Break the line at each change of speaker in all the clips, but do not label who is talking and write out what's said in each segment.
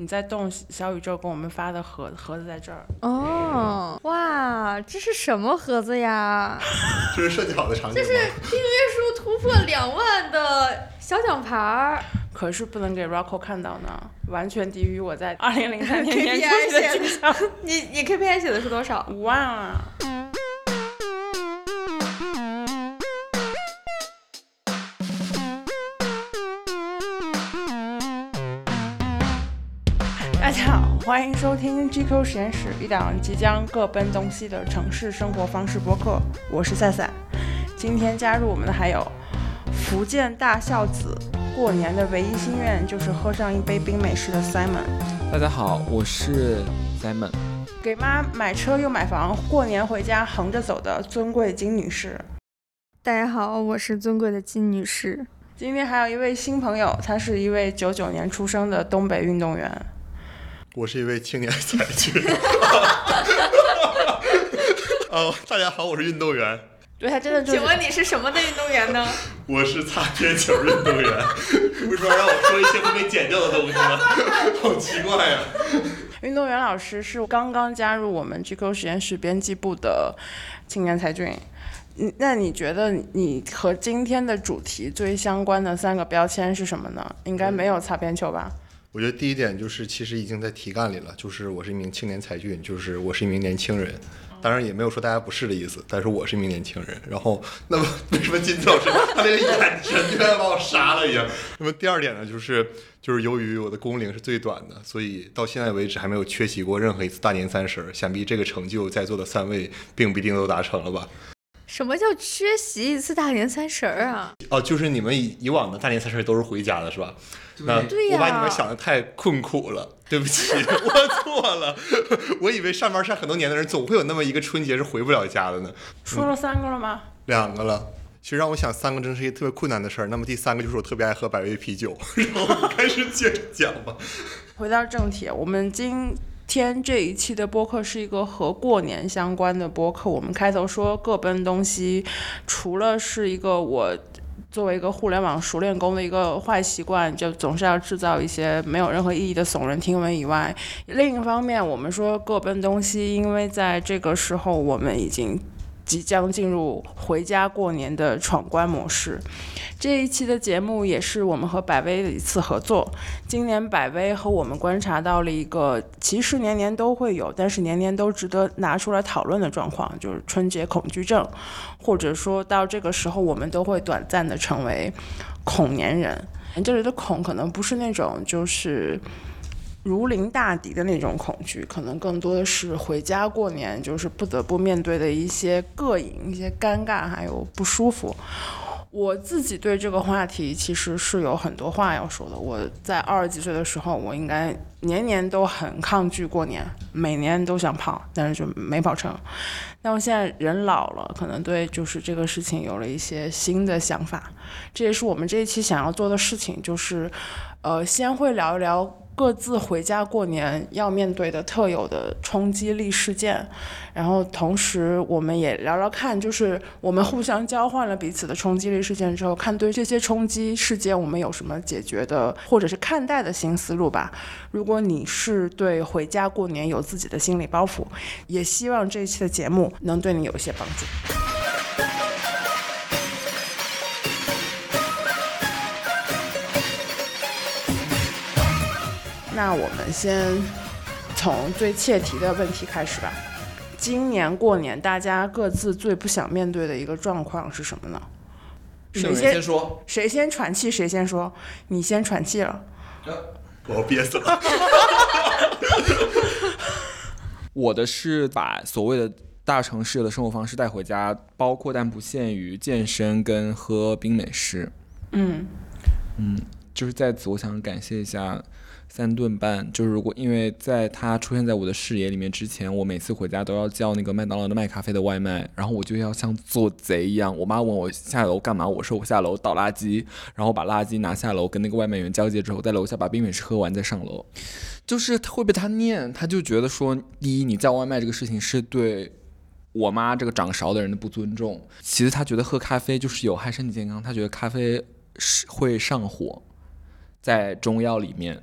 你在动小宇宙跟我们发的盒子在这儿。
哦，哇，这是什么盒子呀？
这是设计好的场景吗？
这是订阅数突破2万的小奖牌。
可是不能给 Rocco 看到呢，完全低于我在2003年年初的绩效。
你 KPI 写的是多少？
5万啊！大家好，欢迎收听 GQ 实验室，一档即将各奔东西的城市生活方式播客。我是赛赛，今天加入我们的还有福建大孝子，过年的唯一心愿就是喝上一杯冰美式的 Simon。
大家好，我是 Simon。
给妈买车又买房，过年回家横着走的尊贵金女士。
大家好，我是尊贵的金女士。
今天还有一位新朋友，他是一位99年出生的东北运动员。
我是一位青年才俊。大家好，我是运动员。
对，他真的就是。
请问你是什么的运动员呢？
我是擦边球运动员。为什么让我说一些会被剪掉的东西呢？好奇怪呀！
运动员老师是刚刚加入我们 GQ 实验室编辑部的青年才俊。那你觉得你和今天的主题最相关的3个标签是什么呢？应该没有擦边球吧？
我觉得第一点就是其实已经在题干里了，就是我是一名青年才俊，就是我是一名年轻人。当然也没有说大家不是的意思，但是我是一名年轻人。然后那么为什么金子老师他那个眼神就像把我杀了一样？那么第二点呢，就是由于我的工龄是最短的，所以到现在为止还没有缺席过任何一次大年30，想必这个成就在座的3位并不一定都达成了吧。
什么叫缺席一次大年30啊？
哦，就是你们以往的大年30都是回家的是吧？那
对呀，
我把你们想的太困苦了，对不起，我错了。我以为上班上很多年的人总会有那么一个春节是回不了家的呢。
说了3个了吗
？2个了。其实让我想3个真是一个特别困难的事儿。那么第3个就是我特别爱喝百威啤酒。然后开始接着讲吧。
回到正题，我们今天这一期的播客是一个和过年相关的播客。我们开头说各奔东西，除了是一个我作为一个互联网熟练工的一个坏习惯，就总是要制造一些没有任何意义的耸人听闻以外，另一方面我们说各奔东西，因为在这个时候我们已经即将进入回家过年的闯关模式。这一期的节目也是我们和百威的一次合作。今年百威和我们观察到了一个其实年年都会有，但是年年都值得拿出来讨论的状况，就是春节恐惧症，或者说到这个时候我们都会短暂的成为恐年人。这里的恐可能不是那种就是如临大敌的那种恐惧，可能更多的是回家过年就是不得不面对的一些膈应、一些尴尬还有不舒服。我自己对这个话题其实是有很多话要说的。我在20几岁的时候，我应该年年都很抗拒过年，每年都想跑，但是就没跑成。但我现在人老了，可能对就是这个事情有了一些新的想法。这也是我们这一期想要做的事情，就是先会聊一聊各自回家过年要面对的特有的冲击力事件，然后同时我们也聊聊看，就是我们互相交换了彼此的冲击力事件之后，看对这些冲击事件我们有什么解决的或者是看待的新思路吧。如果你是对回家过年有自己的心理包袱，也希望这一期的节目能对你有一些帮助。那我们先从最切题的问题开始吧。今年过年大家各自最不想面对的一个状况是什么呢？
谁先说？
谁先喘气谁先说。你先喘气了。
我要憋死了。
我的是把所谓的大城市的生活方式带回家，包括但不限于健身跟喝冰美式。就是在此我想感谢一下3顿半，就是如果因为在它出现在我的视野里面之前，我每次回家都要叫那个麦当劳的麦咖啡的外卖，然后我就要像做贼一样。我妈问我下楼干嘛，我说我下楼倒垃圾，然后把垃圾拿下楼跟那个外卖员交接之后，在楼下把冰美式喝完再上楼。就是会被他念，他就觉得说，第一，你叫外卖这个事情是对我妈这个掌勺的人的不尊重；其次，他觉得喝咖啡就是有害身体健康，他觉得咖啡是会上火，在中药里面。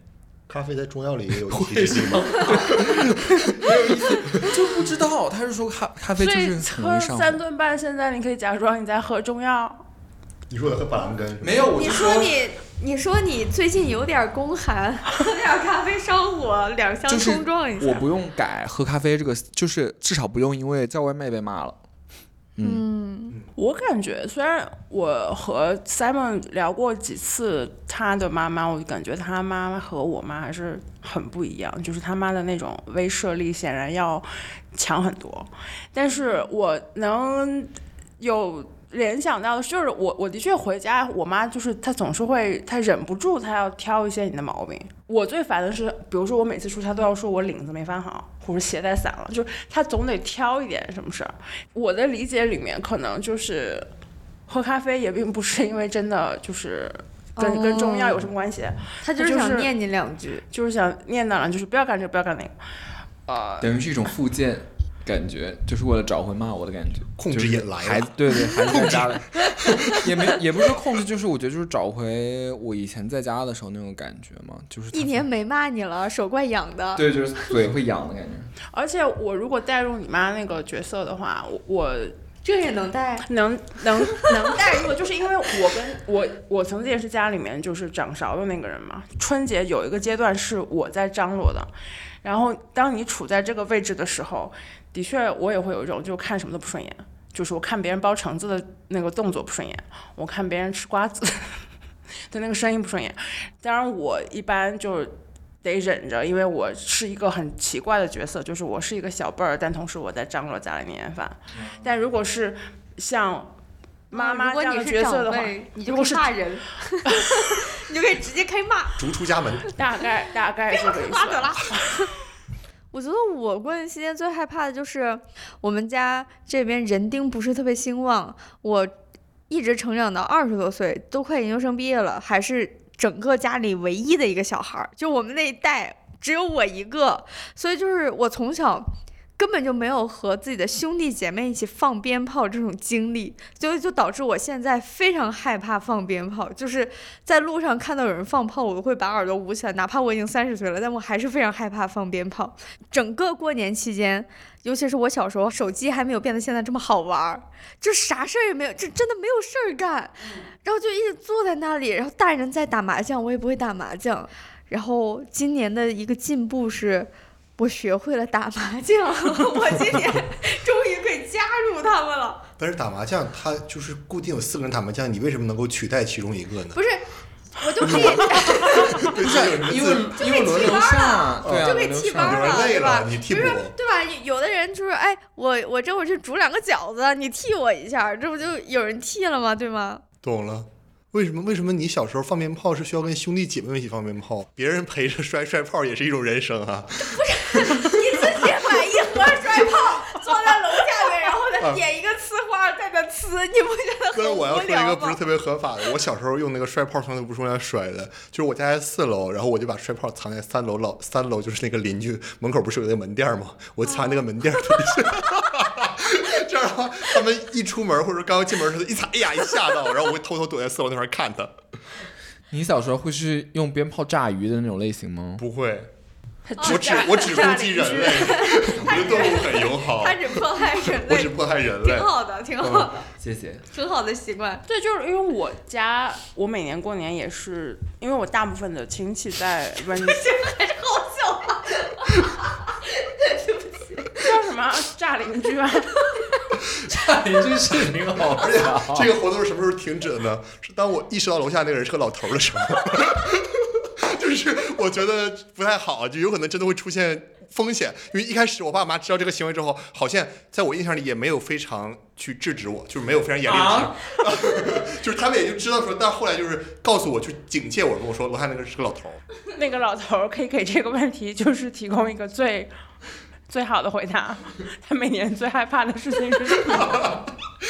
咖啡在中药里也有提示吗？
没有意思，就不知道。他是说咖啡就是很容易上火。
3顿半，现在你可以假装你在喝中药。
你说我喝板蓝根是吧？
没有，我就
你说你最近有点宫寒，喝点咖啡烧火，两相冲撞一下。
我不用改喝咖啡这个，就是至少不用因为叫外卖被骂了。
我感觉虽然我和 Simon 聊过几次他的妈妈，我感觉他妈和我妈还是很不一样，就是他妈的那种威慑力显然要强很多。但是我能有联想到的就是我的确回家，我妈就是她总是会，她忍不住她要挑一些你的毛病。我最烦的是，比如说我每次出她都要说我领子没翻好，或者鞋带散了，就是她总得挑一点什么事儿。我的理解里面可能就是喝咖啡也并不是因为真的就是跟中药有什么关系，
她就是想念你两句，
就是想念叨两句，就是不要干这个不要干那个，
等于是一种附件。感觉就是为了找回骂我的感觉，
控制也来了，
孩子对孩子在家的，也不是说控制，就是我觉得就是找回我以前在家的时候那种感觉嘛，就是
1年没骂你了，手怪痒的，
对，就是嘴会痒的感觉。
而且我如果带入你妈那个角色的话，我
这也能带，
能带入，就是因为我曾经也是家里面就是掌勺的那个人嘛。春节有一个阶段是我在张罗的，然后当你处在这个位置的时候，的确我也会有一种就看什么都不顺眼，就是我看别人剥橙子的那个动作不顺眼，我看别人吃瓜子的那个声音不顺眼。当然我一般就得忍着，因为我是一个很奇怪的角色，就是我是一个小辈儿，但同时我在张罗家里年夜饭。但如果是像妈妈这样的角色的话，
你就可以骂人，你就可以直接开骂，
逐出家门。
大概这个意思。
拉得了。我觉得我过年期间最害怕的就是我们家这边人丁不是特别兴旺，我一直成长到20多岁，都快研究生毕业了，还是整个家里唯一的一个小孩，就我们那一代只有我一个，所以就是我从小根本就没有和自己的兄弟姐妹一起放鞭炮这种经历，就导致我现在非常害怕放鞭炮，就是在路上看到有人放炮，我都会把耳朵捂起来，哪怕我已经30岁了，但我还是非常害怕放鞭炮。整个过年期间，尤其是我小时候，手机还没有变得现在这么好玩，就啥事儿也没有，就真的没有事儿干，然后就一直坐在那里，然后大人在打麻将，我也不会打麻将。然后今年的一个进步是我学会了打麻将，我今年终于可以加入他们了。
但是打麻将它就是固定有4个人打麻将，你为什么能够取代其中一个呢？
不是，我就可以
不是
因为轮流上，对啊，
就可以替班了，
对
吧？
你替补，
对吧？有的人就是哎，我这会儿去煮2个饺子，你替我一下，这不就有人替了吗？对吗？
懂了。为什么你小时候放鞭炮是需要跟兄弟姐妹一起放鞭炮？别人陪着摔炮也是一种人生啊！
不是，你自己买一盒摔炮，坐在楼下面，然后再点一个呲花在那呲，你不觉得很无聊吗？
我要说一个不是特别合法的，我小时候用那个摔炮从来不是用来摔的，就是我家在4楼，然后我就把摔炮藏在3楼，3楼就是那个邻居门口不是有那个门店吗？我藏那个门店里去。这样的话，他们一出门或者刚进门的时候一踩，哎呀，一吓到，然后我会偷偷躲在4楼那块看他。
你小时候会是用鞭炮炸鱼的那种类型吗？
不会，我只攻击人类，我对动物很友好。
他只迫害人类，
我只迫害人类，
挺好的，挺好的，
谢谢，
挺好的习惯。
对，就是因为我每年过年也是，因为我大部分的亲戚在温州，
还是好笑啊！对不起，
叫什么炸邻居啊？
炸邻居是挺好
而且这个活动是什么时候停止的呢？是当我意识到楼下那个人是个老头的时候。就是我觉得不太好，就有可能真的会出现风险。因为一开始我爸妈知道这个行为之后，好像在我印象里也没有非常去制止我，就是没有非常严厉的就是他们也就知道说，但后来就是告诉我，就警戒我，跟我说楼下那个是个老头。
那个老头可以给这个问题就是提供一个最好的回答。他每年最害怕的事情是什么？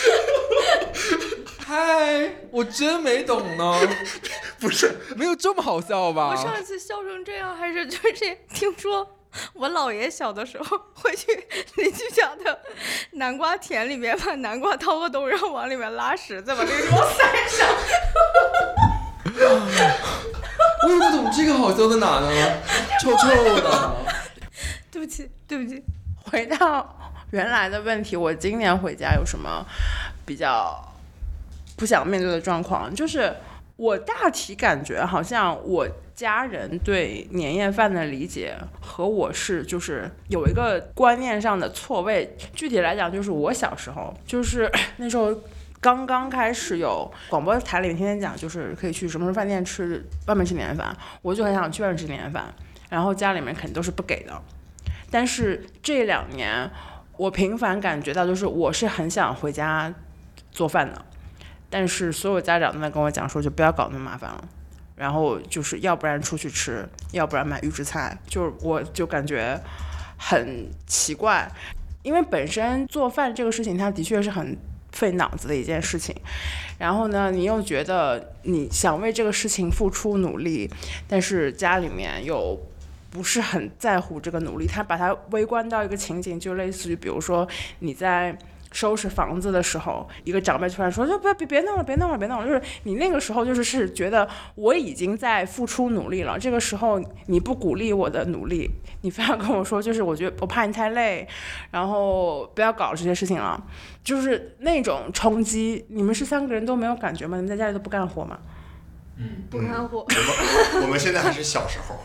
嗨，我真没懂呢。
不是，
没有这么好笑吧？
我上一次笑成这样，还是就是听说我姥爷小的时候会去邻居家的南瓜田里面把南瓜掏个洞，然后往里面拉屎，再把那个地方塞上。
我也不懂这个好笑在哪呢？臭臭的。
对不起，对不起。
回到原来的问题，我今年回家有什么比较不想面对的状况？就是我大体感觉好像我家人对年夜饭的理解和我就是有一个观念上的错位。具体来讲，就是我小时候，就是那时候刚刚开始有广播台里面天天讲，就是可以去什么饭店吃，外面吃年夜饭，我就很想去外面吃年夜饭，然后家里面肯定都是不给的。但是这2年，我频繁感觉到，就是我是很想回家做饭的，但是所有家长都在跟我讲说，就不要搞那么麻烦了。然后就是要不然出去吃，要不然买预制菜，就是我就感觉很奇怪，因为本身做饭这个事情，它的确是很费脑子的一件事情。然后呢，你又觉得你想为这个事情付出努力，但是家里面又不是很在乎这个努力，他把它微观到一个情景，就类似于比如说你在收拾房子的时候，一个长辈突然说就别弄了，别弄了，别弄了，就是你那个时候是觉得我已经在付出努力了，这个时候你不鼓励我的努力，你非要跟我说就是我觉得我怕你太累，然后不要搞这些事情了，就是那种冲击。你们是3个人都没有感觉吗？你们在家里都不干活吗？
不干活。
我们现在还是小时候。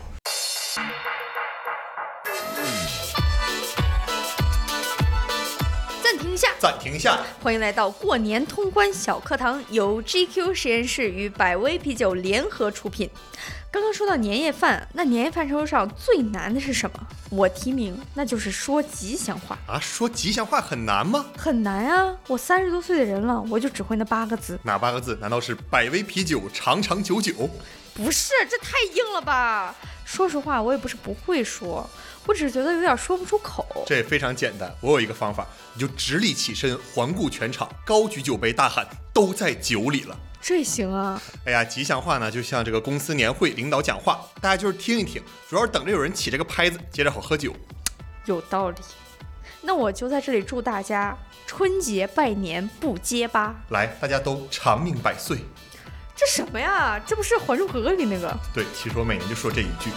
暂停一下，
欢迎来到过年通关小课堂，由 GQ 实验室与百威啤酒联合出品。刚刚说到年夜饭，那年夜饭抽上最难的是什么？我提名，那就是说吉祥话
啊！说吉祥话很难吗？
很难啊！我30多岁的人了，我就只会那8个字。
哪8个字？难道是百威啤酒长长久久？
不是，这太硬了吧！说实话，我也不是不会说，我只是觉得有点说不出口。
这也非常简单，我有一个方法，你就直立起身，环顾全场，高举酒杯，大喊都在酒里了。
这行啊！
哎呀，吉祥话呢，就像这个公司年会领导讲话，大家就是听一听，主要是等着有人起这个拍子，接着好喝酒。
有道理。那我就在这里祝大家春节拜年不结巴，
来，大家都长命百岁。
这什么呀？这不是《还珠格格》里那个？
对，其实我每年就说这一句。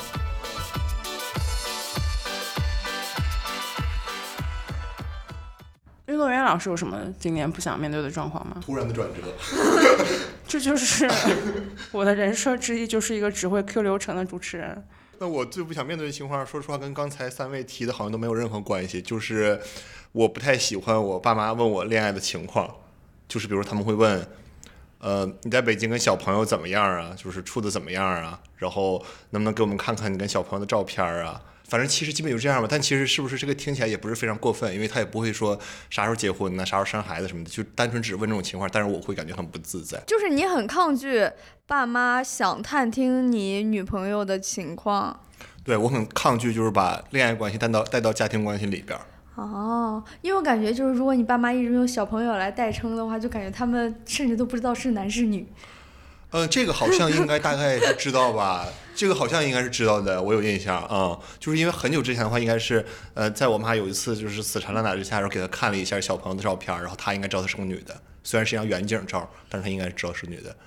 运动员老师有什么今年不想面对的状况吗？
突然的转折。
这就是我的人设之一，就是一个只会 Q 流程的主持人。
那我最不想面对的情况，说实话跟刚才3位提的好像都没有任何关系，就是我不太喜欢我爸妈问我恋爱的情况，就是比如他们会问你在北京跟小朋友怎么样啊，就是处的怎么样啊，然后能不能给我们看看你跟小朋友的照片啊，反正其实基本就这样吧。但其实是不是这个听起来也不是非常过分，因为他也不会说啥时候结婚呢，啥时候生孩子什么的，就单纯只问这种情况，但是我会感觉很不自在。
就是你很抗拒爸妈想探听你女朋友的情况。
对，我很抗拒就是把恋爱关系带到家庭关系里边。
哦，因为我感觉就是如果你爸妈一直用小朋友来代称的话，就感觉他们甚至都不知道是男是女。
这个好像应该大概是知道吧？这个好像应该是知道的，我有印象啊、就是因为很久之前的话，应该是在我妈有一次就是死缠烂打之下，然后给她看了一下小朋友的照片，然后她应该知道她是个女的，虽然是一张远景照，但是她应该知道是女的。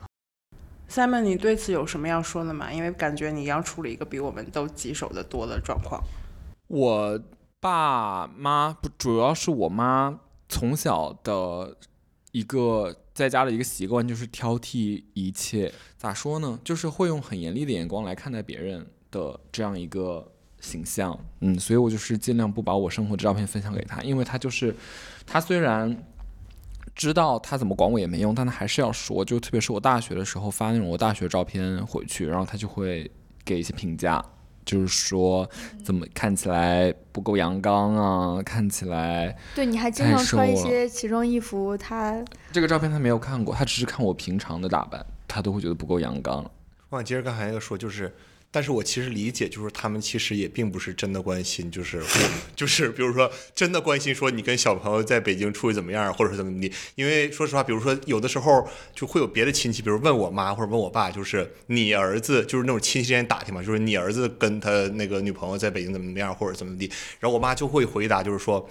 Simon， 你对此有什么要说的吗？因为感觉你要处理一个比我们都棘手的多的状况。
我爸妈主要是我妈从小的一个在家的一个习惯就是挑剔一切，咋说呢，就是会用很严厉的眼光来看待别人的这样一个形象。所以我就是尽量不把我生活的照片分享给他，因为他虽然知道他怎么管我也没用，但他还是要说，就特别是我大学的时候发那种我大学照片回去，然后他就会给一些评价，就是说怎么看起来不够阳刚啊，看起来
对，你还经常穿一些奇装异服，他
这个照片他没有看过，他只是看我平常的打扮，他都会觉得不够阳刚。
我想接着刚才那个说，但是我其实理解，就是他们其实也并不是真的关心，就是就是比如说真的关心说你跟小朋友在北京处的怎么样，或者是怎么地。因为说实话，比如说有的时候就会有别的亲戚，比如问我妈或者问我爸，就是你儿子，就是那种亲戚之间打听嘛，就是你儿子跟他那个女朋友在北京怎么样，或者怎么地。然后我妈就会回答，就是说，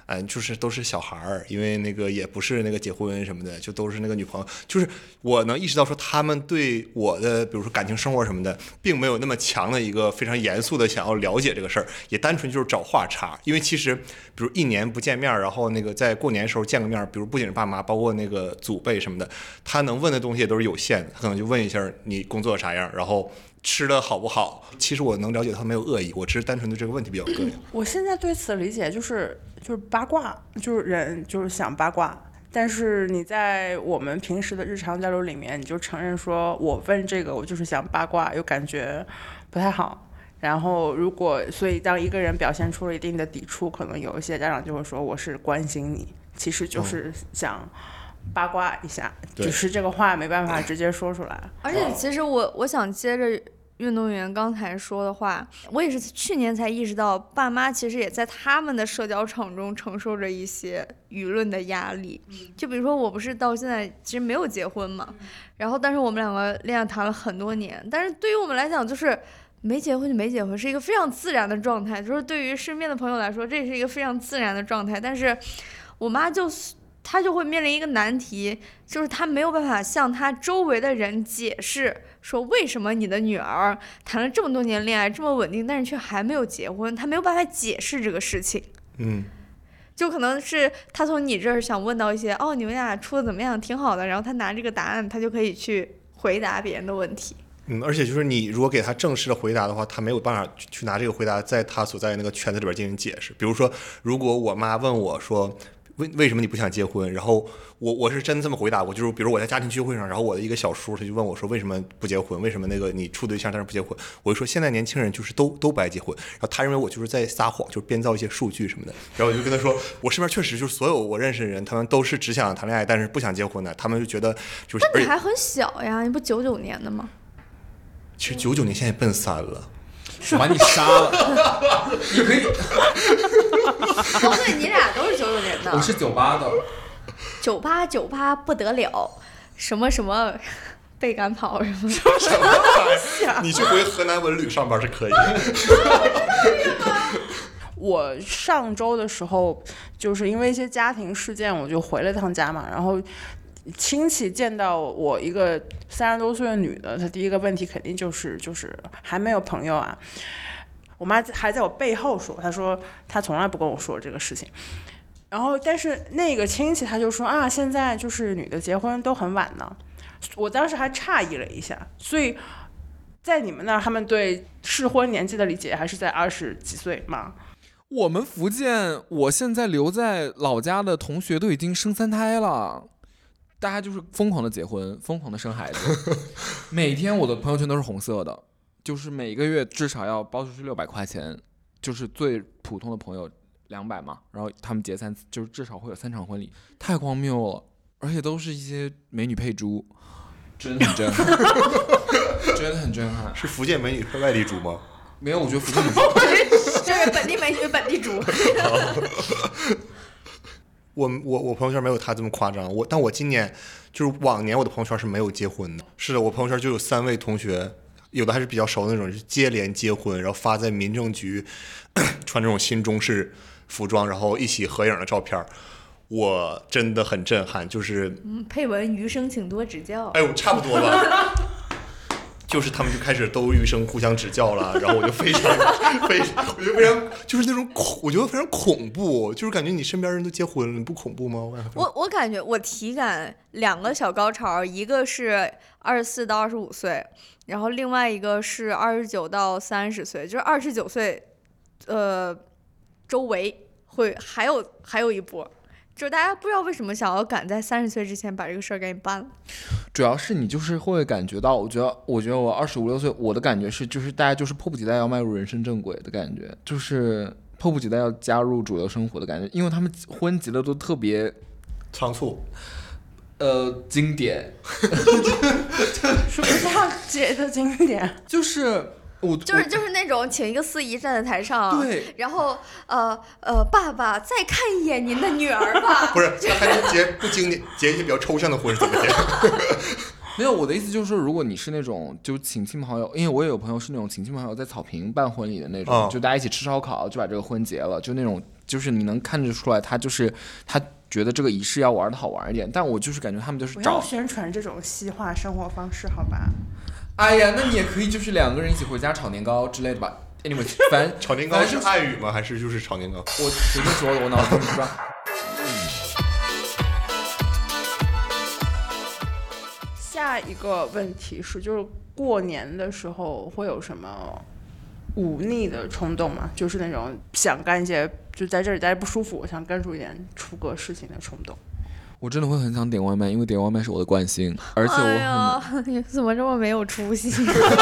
就是都是小孩儿，因为那个也不是那个结婚什么的，就都是那个女朋友。就是我能意识到说，他们对我的比如说感情生活什么的，并没有那么强的一个非常严肃的想要了解这个事儿，也单纯就是找话茬。因为其实比如1年不见面，然后那个在过年的时候见个面，比如不仅是爸妈，包括那个祖辈什么的，他能问的东西也都是有限的，他可能就问一下你工作啥样，然后吃的好不好。其实我能了解他没有恶意，我只是单纯对这个问题比较膈应。
我现在对此的理解就是八卦，就是人就是想八卦。但是你在我们平时的日常交流里面，你就承认说我问这个我就是想八卦，又感觉不太好。然后所以当一个人表现出了一定的抵触，可能有一些家长就会说我是关心你，其实就是想八卦一下，就是这个话没办法直接说出来。
而且其实我想接着运动员刚才说的话，我也是去年才意识到，爸妈其实也在他们的社交场中承受着一些舆论的压力。就比如说我不是到现在其实没有结婚嘛，然后但是我们两个恋爱谈了很多年，但是对于我们来讲就是没结婚就没结婚，是一个非常自然的状态，就是对于身边的朋友来说这是一个非常自然的状态。但是我妈他就会面临一个难题，就是他没有办法向他周围的人解释说为什么你的女儿谈了这么多年恋爱这么稳定，但是却还没有结婚，他没有办法解释这个事情。就可能是他从你这儿想问到一些你们俩处的怎么样，挺好的，然后他拿这个答案他就可以去回答别人的问题。
而且就是你如果给他正式的回答的话，他没有办法去拿这个回答在他所在那个圈子里边进行解释。比如说如果我妈问我说为什么你不想结婚，然后我是真这么回答过，就是比如我在家庭聚会上，然后我的一个小叔他就问我说为什么不结婚，为什么那个你处对象但是不结婚，我就说现在年轻人就是都不爱结婚，然后他认为我就是在撒谎，就是编造一些数据什么的，然后我就跟他说我身边确实就是所有我认识的人，他们都是只想谈恋爱但是不想结婚的，他们就觉得就是。
那你还很小呀，你不99年的吗？
其实99年现在奔3了。
我把你杀了。你可以
对，你俩都是99年的。
我是98的。
98不得了，什么被赶跑什么
你去回河南文旅上班是可以的。
我上周的时候就是因为一些家庭事件，我就回了趟家嘛，然后亲戚见到我一个30多岁的女的，她第一个问题肯定就是还没有朋友啊。我妈还在我背后说，她说她从来不跟我说这个事情。然后但是那个亲戚他就说啊，现在就是女的结婚都很晚呢。我当时还诧异了一下，所以在你们那儿他们对适婚年纪的理解还是在20几岁吗？
我们福建，我现在留在老家的同学都已经生3胎了，大家就是疯狂的结婚，疯狂的生孩子。每天我的朋友圈都是红色的，就是每个月至少要包出去600块钱，就是最普通的朋友200嘛，然后他们结3次，就是至少会有3场婚礼，太荒谬了，而且都是一些美女配猪，真的很震撼，真的很震撼。
是福建美女是外地猪吗？
没有，我觉得福建美女
就是本地美女本地猪。
我朋友圈没有他这么夸张，但我今年就是往年我的朋友圈是没有结婚的。是的，我朋友圈就有3位同学，有的还是比较熟的那种，就是接连结婚，然后发在民政局穿这种新中式服装，然后一起合影的照片，我真的很震撼。就是
配文余生请多指教。
哎呦，差不多了。就是他们就开始都余生互相指教了，然后我就非常我觉得非常就是那种我觉得非常恐怖，就是感觉你身边人都结婚了，你不恐怖吗？
我感觉我体感2个小高潮，一个是24到25岁，然后另外一个是29到30岁，就是29岁，周围会还有一波。就是大家不知道为什么想要赶在30岁之前把这个事儿给你办了。
主要是你就是会感觉到，我觉得我25、26岁，我的感觉是，就是大家就是迫不及待要迈入人生正轨的感觉，就是迫不及待要加入主流生活的感觉，因为他们婚结的都特别
仓促，
经典。
什么叫结的经典？
就是
就是那种请一个司仪站在台上，
对，
然后爸爸再看一眼您的女儿吧。
不是，他还能结不经典，结一些比较抽象的婚是怎么结？
没有，我的意思就是说，如果你是那种就请亲朋好友，因为我也有朋友是那种请亲朋好友在草坪办婚礼的那种，就大家一起吃烧烤就把这个婚结了，就那种就是你能看得出来，他觉得这个仪式要玩的好玩一点，但我就是感觉他们就是
不要宣传这种西化生活方式，好吧？
哎呀，那你也可以就是2个人一起回家炒年糕之类的吧。anyway， 反正
炒年糕是暗语吗？还是就是炒年糕？
我随便说的，我脑子里不知道。
下一个问题是，就是过年的时候会有什么忤逆的冲动吗？就是那种想干一些就在这里待着不舒服，我想干出一点出格事情的冲动。
我真的会很想点外卖，因为点外卖是我的惯性，而且我很
你怎么这么没有出息？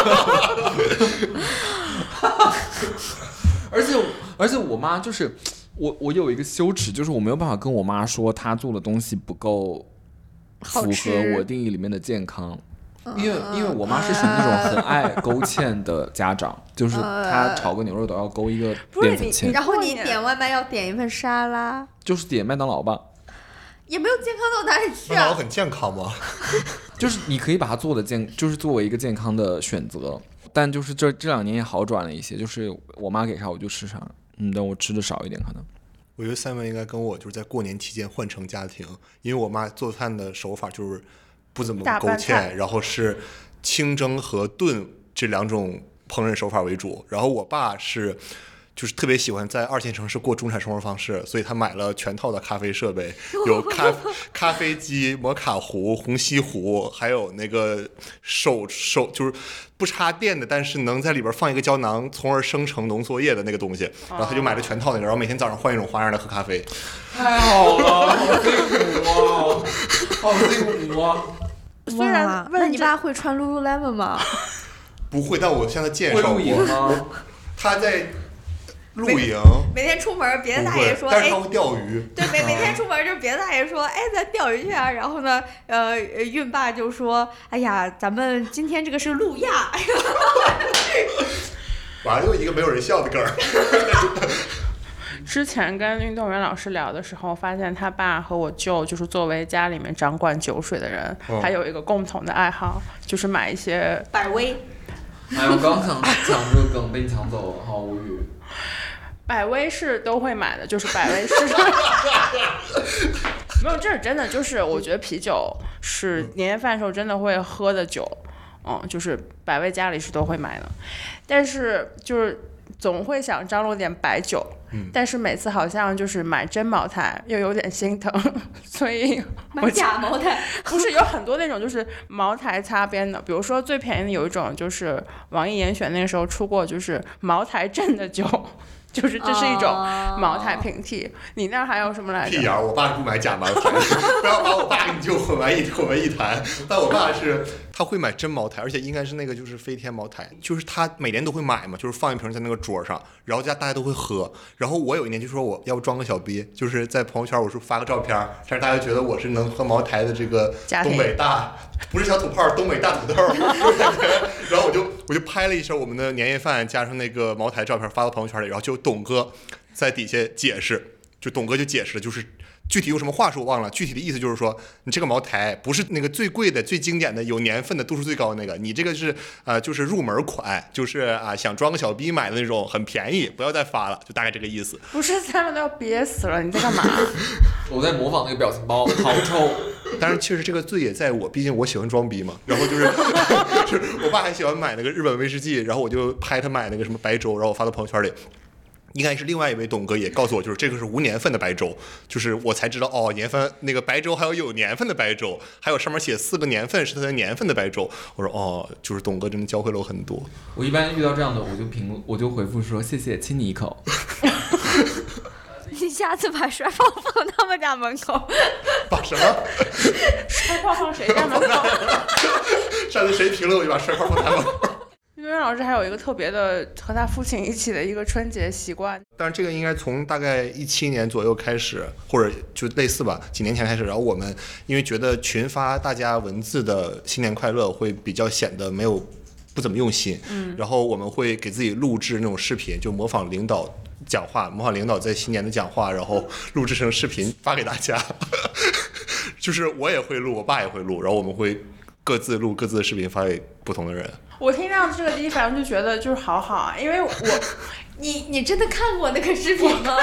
而且我妈就是我有一个羞耻，就是我没有办法跟我妈说她做的东西不够符合我定义里面的健康。因为我妈是属于那种很爱勾芡的家长，就是她炒个牛肉都要勾一个淀粉芡。
然后你点外卖要点一份沙拉，
就是点麦当劳吧。
也没有健康到哪里去
麦当劳很健康吗？
就是你可以把它做的就是作为一个健康的选择，但就是这2年也好转了一些，就是我妈给啥我就吃啥，但我吃的少一点可能。
我觉得Simon应该跟我就是在过年期间换成家庭，因为我妈做饭的手法就是不怎么勾芡，然后是清蒸和炖这2种烹饪手法为主，然后我爸是就是特别喜欢在2线城市过中产生活方式，所以他买了全套的咖啡设备，有咖啡机、摩卡壶、虹吸壶，还有那个手就是不插电的，但是能在里边放一个胶囊，从而生成浓缩液的那个东西。然后他就买了全套那个，然后每天早上换一种花样的喝咖啡。
太好了，好幸福啊，好幸福啊！
虽然那你爸会穿 Lululemon 吗？
不会，但我向他介绍过。他在露营，
每天出门别的大爷说，
但是他会钓鱼。
对，每天出门就别的大爷说，哎，咱钓鱼去啊。然后呢，运爸就说，哎呀，咱们今天这个是路亚。
完了又一个没有人笑的梗儿。
之前跟运动员老师聊的时候，发现他爸和我舅就是作为家里面掌管酒水的人，还有一个共同的爱好，就是买一些
百威。
哎，我刚想讲这个梗被你抢走了，好无语。
百威是都会买的，就是百威是没有，这是真的，就是我觉得啤酒是年夜饭的时候真的会喝的酒，就是百威家里是都会买的，但是就是总会想张罗点白酒，但是每次好像就是买真茅台又有点心疼，所以
买假茅台。
不是有很多那种就是茅台擦边的，比如说最便宜的有一种就是网易严选那个时候出过，就是茅台镇的酒。就是这是一种茅台平替，你那还有什么来着？
屁眼，我爸是不买假茅台，不要把我爸跟你舅混为一谈。但我爸是他会买真茅台，而且应该是那个就是飞天茅台，就是他每年都会买嘛，就是放一瓶在那个桌上，然后大家都会喝。然后我有一年就说我要不装个小逼，就是在朋友圈我说发个照片，但是大家觉得我是能喝茅台的这个东北大，不是小土炮，东北大土豆。然后我就拍了一身我们的年夜饭加上那个茅台照片发到朋友圈里，然后就董哥在底下解释，就董哥就解释，就是具体用什么话说我忘了，具体的意思就是说，你这个茅台不是那个最贵的、最经典的、有年份的、度数最高的那个，你这个是就是入门款，就是想装个小逼买的那种，很便宜，不要再发了，就大概这个意思。
不是，他们都要憋死了，你在干嘛？
我在模仿那个表情包，好抽。
但是确实这个罪也在我，毕竟我喜欢装逼嘛。然后就是我爸还喜欢买那个日本威士忌，然后我就拍他买那个什么白粥，然后我发到朋友圈里。应该是另外一位董哥也告诉我，就是这个是无年份的白粥，就是我才知道哦，年份那个白粥还有年份的白粥，还有上面写4个年份是它的年份的白粥。我说哦，就是董哥真的教会了我很多。
我一般遇到这样的，我就回复说谢谢，亲你一口。
你下次把摔炮放他们家门口。
把什么？
摔炮放谁家门口？
上次谁评论我就把摔炮放他门口。
运动员老师还有一个特别的和他父亲一起的一个春节习惯，
但是这个应该从大概17年左右开始，或者就类似吧，几年前开始。然后我们因为觉得群发大家文字的新年快乐会比较显得不怎么用心，然后我们会给自己录制那种视频，就模仿领导讲话，模仿领导在新年的讲话，然后录制成视频发给大家。就是我也会录，我爸也会录，然后我们会各自录各自的视频发给不同的人。
我听到这个第一反应就觉得就是好好啊，因为
你真的看过那个视频吗？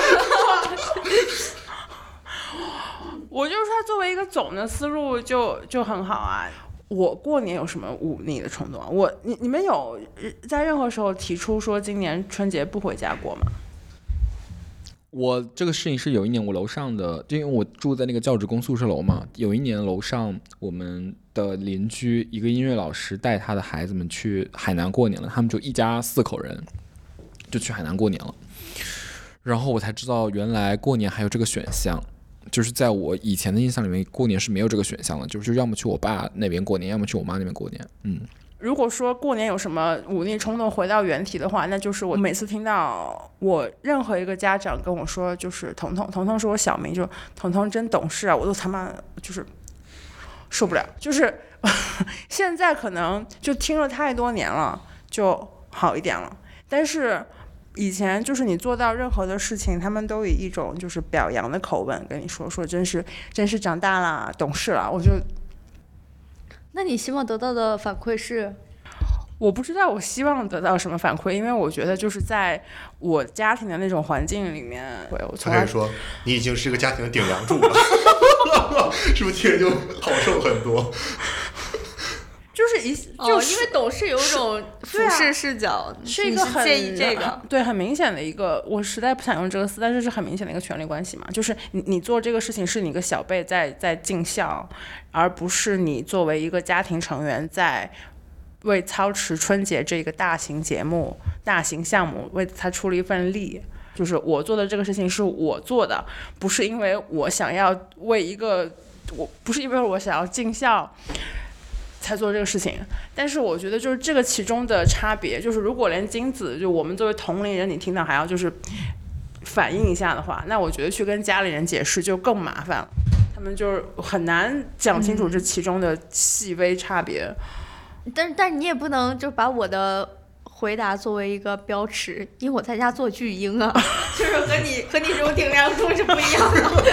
我就是说它作为一个总的思路就很好啊。我过年有什么忤逆的冲动啊？你们有在任何时候提出说今年春节不回家过吗？
我这个事情是有一年我楼上的，就因为我住在那个教职工宿舍楼嘛，有一年楼上我们的邻居一个音乐老师带他的孩子们去海南过年了，他们就一家4口人就去海南过年了。然后我才知道原来过年还有这个选项，就是在我以前的印象里面，过年是没有这个选项的，就是要么去我爸那边过年，要么去我妈那边过年。
如果说过年有什么忤逆冲动，回到原题的话，那就是我每次听到我任何一个家长跟我说，就是彤彤是我小名，就彤彤真懂事啊，我都他妈就是受不了。就是现在可能就听了太多年了，就好一点了，但是以前就是你做到任何的事情，他们都以一种就是表扬的口吻跟你说真是长大了，懂事了，我就。
那你希望得到的反馈是？
我不知道我希望得到什么反馈，因为我觉得就是在我家庭的那种环境里面，我从来
说你已经是个家庭的顶梁柱了，是不是听着就好受很多？
就是
因为董事有一种俯视视角，
是一个很
介意这个，
对，很明显的一个，我实在不想用这个词，但是是很明显的一个权力关系嘛，就是你做这个事情是你一个小辈在尽孝，而不是你作为一个家庭成员在为操持春节这个大型节目、大型项目为他出了一份力。就是我做的这个事情是我做的，不是因为我想要不是因为我想要尽孝才做这个事情。但是我觉得就是这个其中的差别，就是如果连金子就我们作为同龄人你听到还要就是反映一下的话，那我觉得去跟家里人解释就更麻烦了，他们就是很难讲清楚这其中的细微差别。
但是你也不能就把我的回答作为一个标尺，因为我在家做巨婴啊，就是和你这种顶梁柱是不一样的。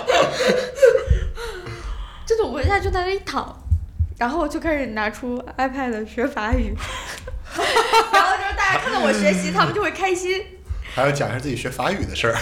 真的，我回家就在那里躺，然后就开始拿出 iPad 学法语，然后就是大家看到我学习，他们就会开心。
还要讲一下自己学法语的事儿。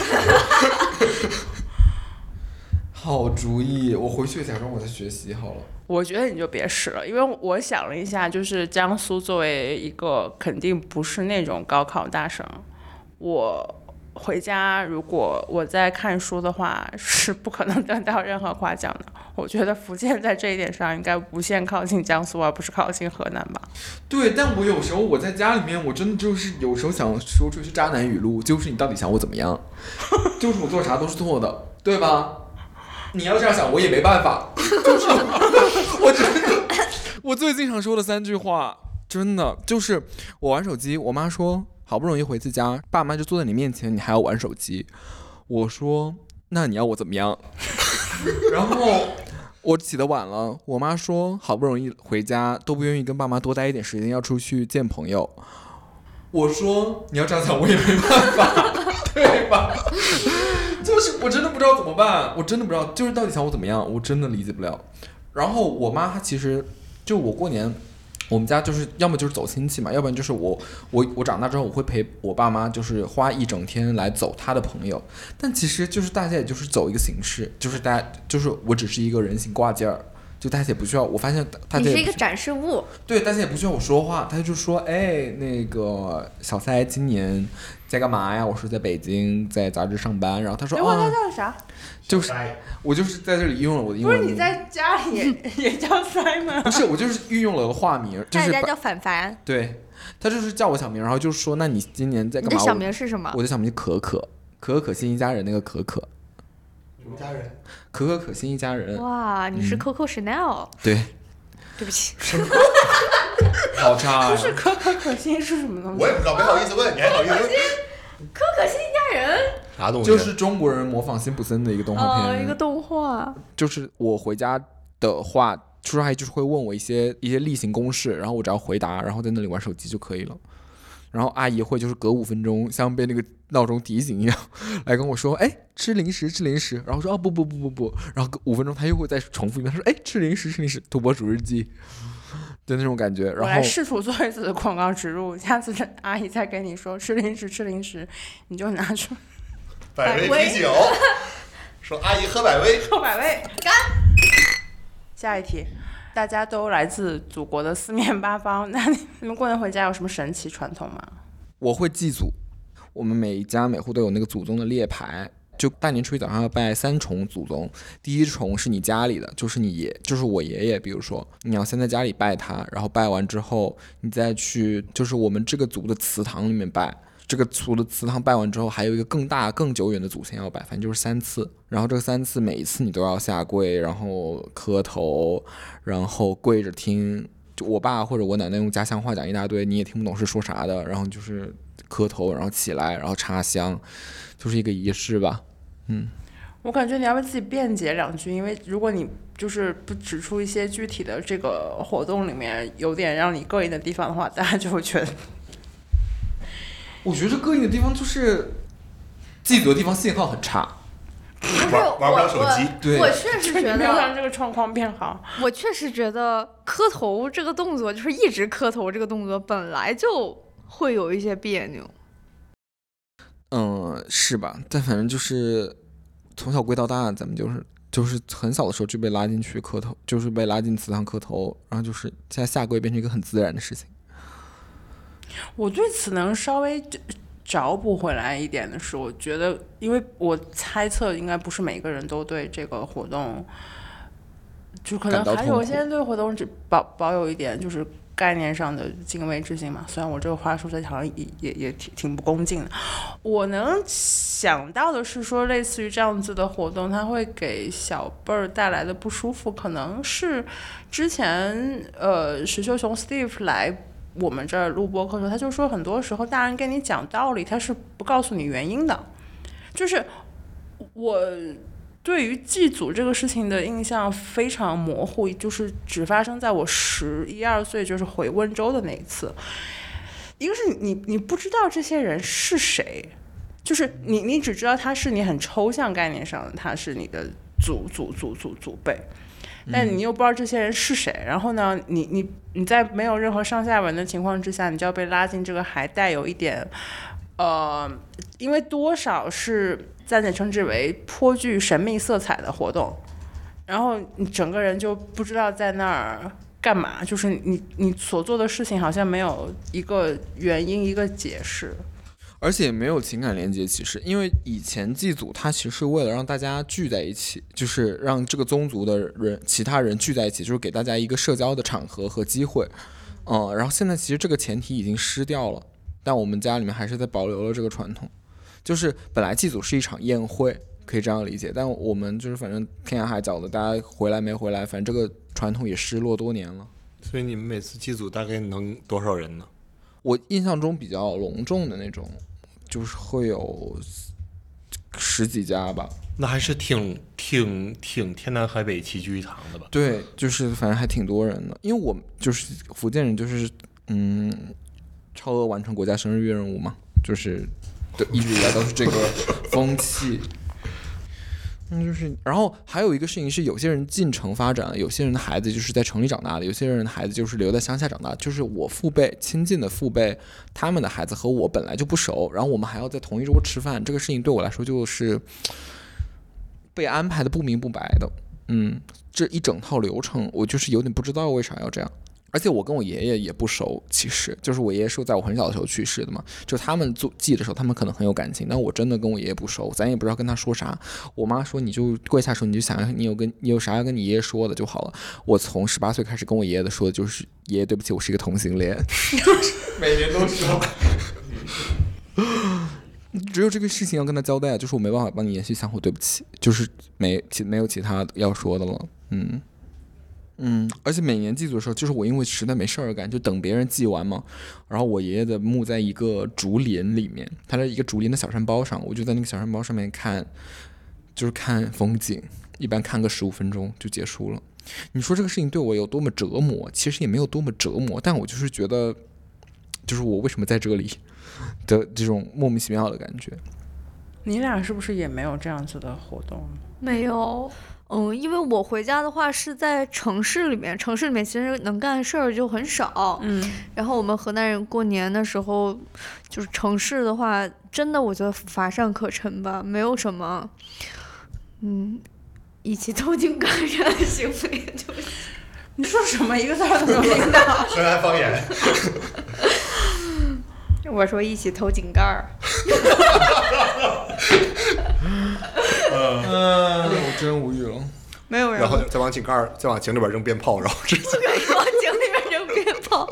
好主意，我回去假装我在学习好了。
我觉得你就别试了，因为我想了一下，就是江苏作为一个肯定不是那种高考大省，我回家如果我在看书的话，是不可能得到任何夸奖的。我觉得福建在这一点上应该无限靠近江苏，而不是靠近河南吧。
对，但我有时候我在家里面，我真的就是有时候想说出去渣男语录，就是你到底想我怎么样？就是我做啥都是错的，对吧？你要这样想，我也没办法。就是我真的，我最经常说的3句话，真的就是我玩手机，我妈说好不容易回次家，爸妈就坐在你面前，你还要玩手机。我说那你要我怎么样？然后我起得晚了，我妈说好不容易回家都不愿意跟爸妈多待一点时间，要出去见朋友。我说你要这样想，我也没办法，对吧？就是我真的不知道怎么办，我真的不知道，就是到底想我怎么样，我真的理解不了。然后我妈她其实就我过年，我们家就是要么就是走亲戚嘛，要不然就是我长大之后我会陪我爸妈，就是花一整天来走他的朋友。但其实就是大家也就是走一个形式，就是大家就是我只是一个人形挂件儿。就大家也不需要，我发现大家
你是一个展示物，
对，大家也不需要我说话，他就说，哎，那个小塞今年在干嘛呀？我说在北京，在杂志上班。然后他说，
他叫啥？
就是我就是在这里运用了我的英文名。
不是你在家里也叫塞吗？
不是，我就是运用了个化名，就是
大家叫凡凡。
对，他就是叫我小名，然后就是说，那你今年在干嘛？
你的小名是什么？
我的小名可可心一家人那个可可。
什么家人？
可可心一家人。
哇，你是 Coco Chanel。
对。
对不起。
好差。
不是可心是什么东西？
我也不知道，没好意思问，你还好意思问？
可可心一家人。
啥东西？
就是中国人模仿辛普森的一个动画片。
一个动画。
就是我回家的话，叔叔阿姨就是会问我一些例行公事，然后我只要回答，然后在那里玩手机就可以了。然后阿姨会就是隔5分钟，像被那个闹钟提醒一样，来跟我说，哎，吃零食。然后说不，然后5分钟她又会再重复一遍，她说，哎，吃零食。土拨鼠日记。 的那种感觉。然后
我来试图做一次广告植入，下次阿姨再跟你说吃零食，你就拿出
百威啤酒，说阿姨喝百威，
喝百威，干。下一题，大家都来自祖国的四面八方，那你们过年回家有什么神奇传统吗？
我会祭祖，我们每家每户都有那个祖宗的列牌。就大年初一早上要拜3重祖宗，第一重是你家里的，就是我爷爷，比如说你要先在家里拜他，然后拜完之后你再去就是我们这个族的祠堂里面拜，这个族的祠堂拜完之后还有一个更大更久远的祖先要拜，反正就是3次，然后这个3次每一次你都要下跪，然后磕头，然后跪着听就我爸或者我奶奶用家乡话讲一大堆你也听不懂是说啥的，然后就是磕头，然后起来，然后插香，就是一个仪式吧。
我感觉你要为自己辩解2句，因为如果你就是不指出一些具体的这个活动里面有点让你膈应的地方的话，大家就会觉得。
我觉得膈应的地方就是祭祖的地方信号很差，
玩不了手机。
对，
我确实觉
没有让
得，
这个状况变好。
我确实觉得磕头这个动作，就是一直磕头这个动作，本来就会有一些别扭。
是吧？但反正就是从小跪到大，咱们就是很小的时候就被拉进去磕头，就是被拉进祠堂磕头，然后就是现在下跪变成一个很自然的事情。
我对此能稍微找补回来一点的是，我觉得，因为我猜测应该不是每个人都对这个活动，就可能还有一些人对活动只保有一点就是概念上的敬畏之心嘛。虽然我这个话说起来好像也挺不恭敬的。我能想到的是说，类似于这样子的活动，它会给小辈儿带来的不舒服，可能是之前石秀雄 Steve 来我们这儿录播课的时候，他就说很多时候大人跟你讲道理，他是不告诉你原因的。就是我对于祭祖这个事情的印象非常模糊，就是只发生在我11、12岁，就是回温州的那一次。一个是你不知道这些人是谁，就是你只知道他是你很抽象概念上的，他是你的祖辈，但你又不知道这些人是谁。然后呢，你在没有任何上下文的情况之下，你就要被拉进这个还带有一点因为多少是暂且称之为颇具神秘色彩的活动，然后你整个人就不知道在那儿干嘛，就是你所做的事情好像没有一个原因一个解释，
而且没有情感连接。其实因为以前祭祖它其实是为了让大家聚在一起，就是让这个宗族的人其他人聚在一起，就是给大家一个社交的场合和机会。然后现在其实这个前提已经失掉了，但我们家里面还是在保留了这个传统，就是本来祭祖是一场宴会，可以这样理解，但我们就是反正天涯海角的，大家回来没回来，反正这个传统也失落多年了。
所以你们每次祭祖大概能多少人呢？
我印象中比较隆重的那种，就是会有10几家吧。
那还是挺天南海北齐聚一堂的吧？
对，就是反正还挺多人的，因为我就是福建人，就是超额完成国家生日任务嘛，就是对一直以来都是这个风气。就是，然后还有一个事情是，有些人进城发展，有些人的孩子就是在城里长大的，有些人的孩子就是留在乡下长大。就是我父辈亲近的父辈，他们的孩子和我本来就不熟，然后我们还要在同一桌吃饭，这个事情对我来说就是被安排的不明不白的。这一整套流程，我就是有点不知道为啥要这样。而且我跟我爷爷也不熟，其实就是我爷爷是在我很小的时候去世的嘛，就他们做祭的时候他们可能很有感情，但我真的跟我爷爷不熟，咱也不知道跟他说啥。我妈说你就跪下的时候你就想你有啥要跟你爷爷说的就好了。我从18岁开始跟我爷爷的说的就是爷爷对不起，我是一个同性恋。每年都说只有这个事情要跟他交代，就是我没办法帮你延续香火，对不起，就是没有其他要说的了。而且每年祭祖的时候，就是我因为实在没事儿干，就等别人祭完嘛。然后我爷爷的墓在一个竹林里面，他在一个竹林的小山包上，我就在那个小山包上面看风景，一般看个15分钟就结束了。你说这个事情对我有多么折磨？其实也没有多么折磨，但我就是觉得，就是我为什么在这里的这种莫名其妙的感觉。
你俩是不是也没有这样子的活动？
没有， 因为我回家的话是在城市里面，城市里面其实能干的事儿就很少。然后我们河南人过年的时候，就是城市的话，真的我觉得乏善可陈吧，没有什么，一起偷井盖这样的行为就。
你说什么？一个字都没有听到。
河南方言。
我说一起偷井盖儿。
我真无语了。
没有人。
然后再往井里边扔鞭炮，然后
不可以往井里面扔鞭炮。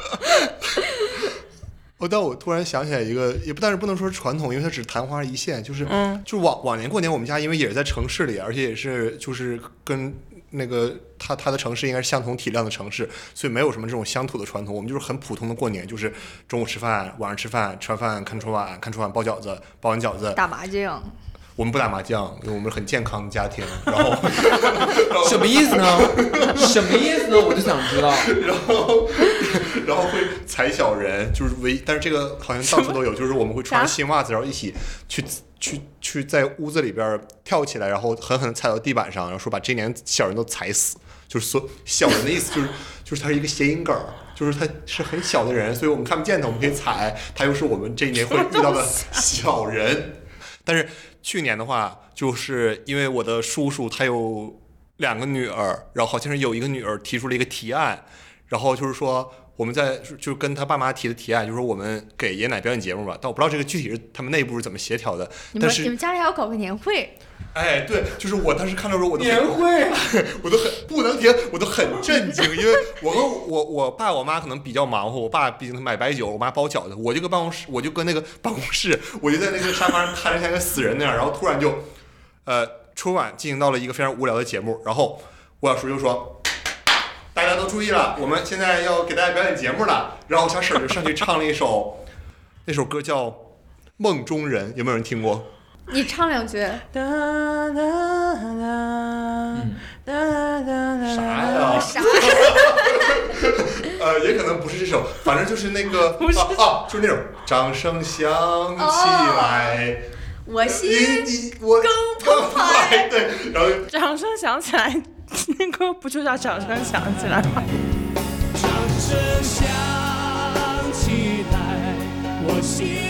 但我突然想起来一个，但是不能说是传统，因为它只昙花一现，就是往年过年我们家因为也是在城市里，而且也是就是跟那个它的城市应该是相同体量的城市，所以没有什么这种乡土的传统。我们就是很普通的过年，就是中午吃饭，晚上吃饭，吃完饭看春晚，看春晚包饺子，包完饺子
打麻将。
我们不打麻将，因为我们是很健康的家庭。然后
什么意思呢？什么意思呢？我就想知道。
然后会踩小人，就是但是这个好像到处都有，就是我们会穿新袜子，然后一起去在屋子里边跳起来，然后狠狠地踩到地板上，然后说把这年小人都踩死。就是说小人的意思就是它是一个谐音梗，就是他是很小的人，所以我们看不见他，我们可以踩，他又是我们这一年会遇到的小人。但是去年的话，就是因为我的叔叔他有2个女儿，然后好像是有一个女儿提出了一个提案，然后就是说我们就跟他爸妈提的提案，就是说我们给爷爷奶表演节目吧，但我不知道这个具体是他们内部是怎么协调的。
你们家里还要搞个年会？
哎，对，就是我当时看到时候我都
年会，
我都很不能停，我都很震惊，因为我爸我妈可能比较忙活，我爸毕竟他买白酒，我妈包饺子，我就跟那个办公室，我就在那个沙发上瘫着像个死人那样，然后突然就春晚进行到了一个非常无聊的节目，然后我小叔就说大家都注意了，我们现在要给大家表演节目了，然后小婶就上去唱了一首，那首歌叫《梦中人》，有没有人听过？
你唱2句。
啥呀？也可能不是这首，反正就是那个就是那种掌声响起来，
我心
我
更澎湃。
对，然后
掌声响起来，那歌不就叫掌声响起来吗？
掌声响起来，我心。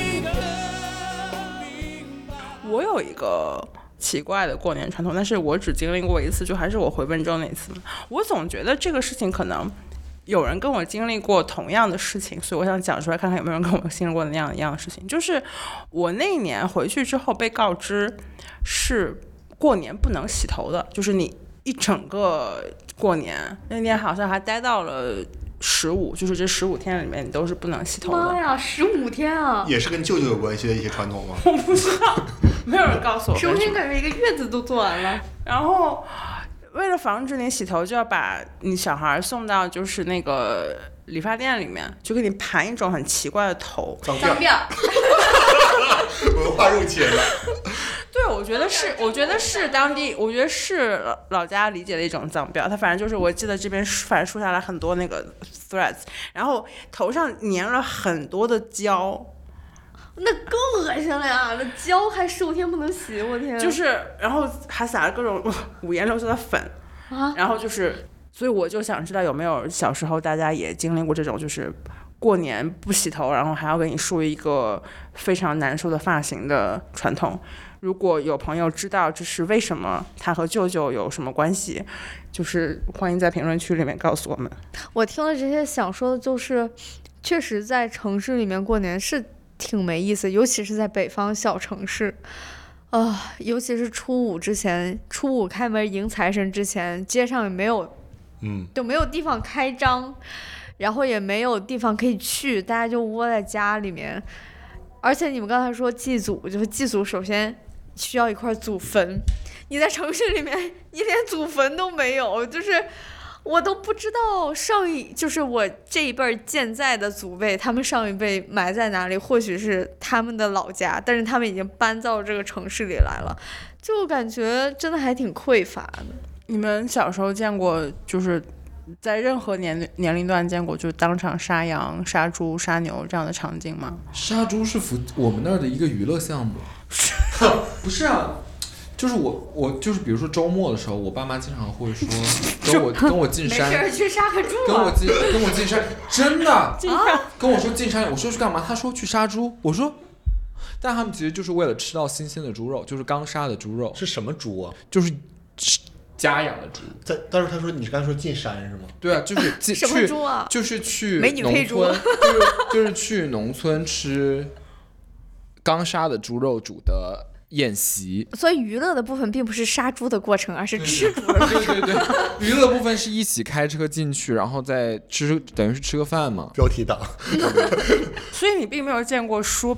我有一个奇怪的过年传统，但是我只经历过一次，就还是我回温州那次。我总觉得这个事情可能有人跟我经历过同样的事情，所以我想讲出来看看有没有人跟我经历过那样一样的事情。就是我那一年回去之后被告知是过年不能洗头的，就是你一整个过年那年好像还待到了15，就是这15天里面你都是不能洗头的。
妈呀，15天啊！
也是跟舅舅有关系的一些传统吗？
我不知道，没有人告诉我。
15天感觉一个月子都做完了。
然后为了防止你洗头，就要把你小孩送到就是那个理发店里面，就给你盘一种很奇怪的头，
脏
辫。
文化入侵了。
对，我觉得是当地，我觉得是老家理解的一种脏辫。它反正就是我记得这边反正竖下来很多那个 threads， 然后头上粘了很多的胶。
那更恶心了呀！那胶还15天不能洗，我天！
就是，然后还撒了各种五颜六色的粉
啊，
然后就是，所以我就想知道有没有小时候大家也经历过这种，就是过年不洗头，然后还要给你梳一个非常难受的发型的传统。如果有朋友知道这是为什么，他和舅舅有什么关系，就是欢迎在评论区里面告诉我们。
我听了这些想说的就是，确实在城市里面过年是挺没意思，尤其是在北方小城市，尤其是初五之前，初五开门迎财神之前，街上也没有，就没有地方开张，然后也没有地方可以去，大家就窝在家里面。而且你们刚才说祭祖，就是祭祖首先需要一块祖坟，你在城市里面你连祖坟都没有，就是我都不知道就是我这一辈健在的祖辈，他们上一辈埋在哪里，或许是他们的老家，但是他们已经搬到这个城市里来了，就感觉真的还挺匮乏的。
你们小时候见过，就是在任何年龄段见过，就是当场杀羊、杀猪、杀牛这样的场景吗？
杀猪是我们那儿的一个娱乐项目。不是啊， 就是我就是比如说周末的时候，我爸妈经常会说跟我进山，
没事去杀个猪
跟我进山，真的跟我说进山，我说去干嘛？他说去杀猪，我说。但他们其实就是为了吃到新鲜的猪肉，就是刚杀的猪肉。
是什么猪啊？
就是家养的猪。
但是他说你刚才说进山是吗？
对啊，就是
什么猪啊？
就是去
美女配猪，
就是去农村吃刚杀的猪肉煮的宴席。
所以娱乐的部分并不是杀猪的过程，而是吃猪的过程。
对，娱乐部分是一起开车进去，然后再吃，等于是吃个饭嘛。
标题党。
所以你并没有见过猪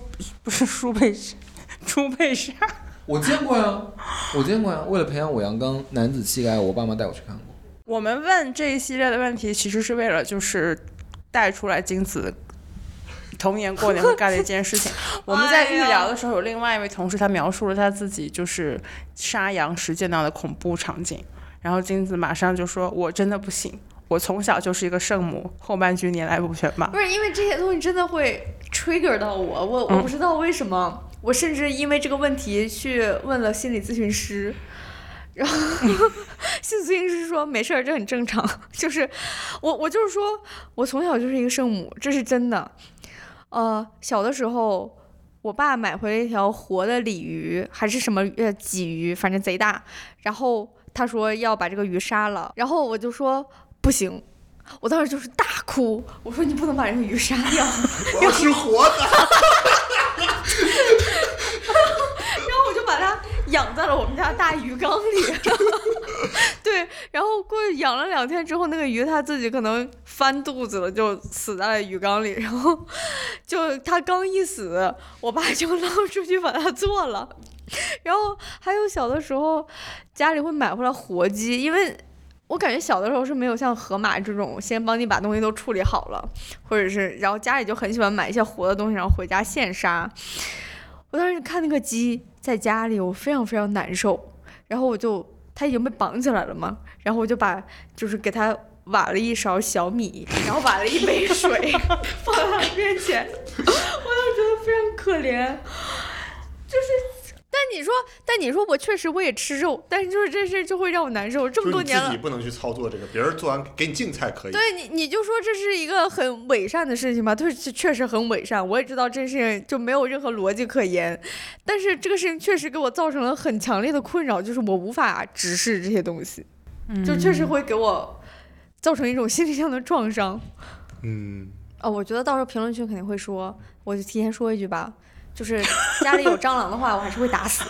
被杀。
我见过呀。为了培养我阳刚男子气概，我爸妈带我去看过。
我们问这一系列的问题，其实是为了就是带出来金子童年过年会干的一件事情。我们在预聊的时候，有另外一位同事，他描述了他自己就是杀羊时见到的恐怖场景，然后金子马上就说：“我真的不行，我从小就是一个圣母，后半句年来不全吧。”
不是因为这些东西真的会 trigger 到我不知道为什么，我甚至因为这个问题去问了心理咨询师。然后心理咨询师说没事儿，这很正常。就是我就是说我从小就是一个圣母，这是真的。小的时候我爸买回了一条活的鲤鱼还是什么鲫鱼，反正贼大，然后他说要把这个鱼杀了，然后我就说不行，我当时就是大哭，我说你不能把这个鱼杀掉，
我要吃活的。
然后我就把它养在了我们家大鱼缸里。对，然后过去养了2天之后，那个鱼它自己可能翻肚子了，就死在了鱼缸里。然后就它刚一死，我爸就捞出去把它做了。然后还有小的时候家里会买回来活鸡，因为我感觉小的时候是没有像河马这种先帮你把东西都处理好了，或者是然后家里就很喜欢买一些活的东西，然后回家现杀。我当时看那个鸡在家里，我非常非常难受。然后它已经被绑起来了嘛，然后我就就是给它挖了一勺小米，然后挖了一杯水放在他面前，我就觉得非常可怜。就是但你说我确实我也吃肉，但是就是这事就会让我难受，这么多年了。
自己不能去操作这个，别人做完给你净菜可以。
对你就说这是一个很伪善的事情吧，对，确实很伪善。我也知道这事情就没有任何逻辑可言，但是这个事情确实给我造成了很强烈的困扰，就是我无法直视这些东西，就确实会给我造成一种心理上的创伤。我觉得到时候评论区肯定会说，我就提前说一句吧。就是家里有蟑螂的话，我还是会打死。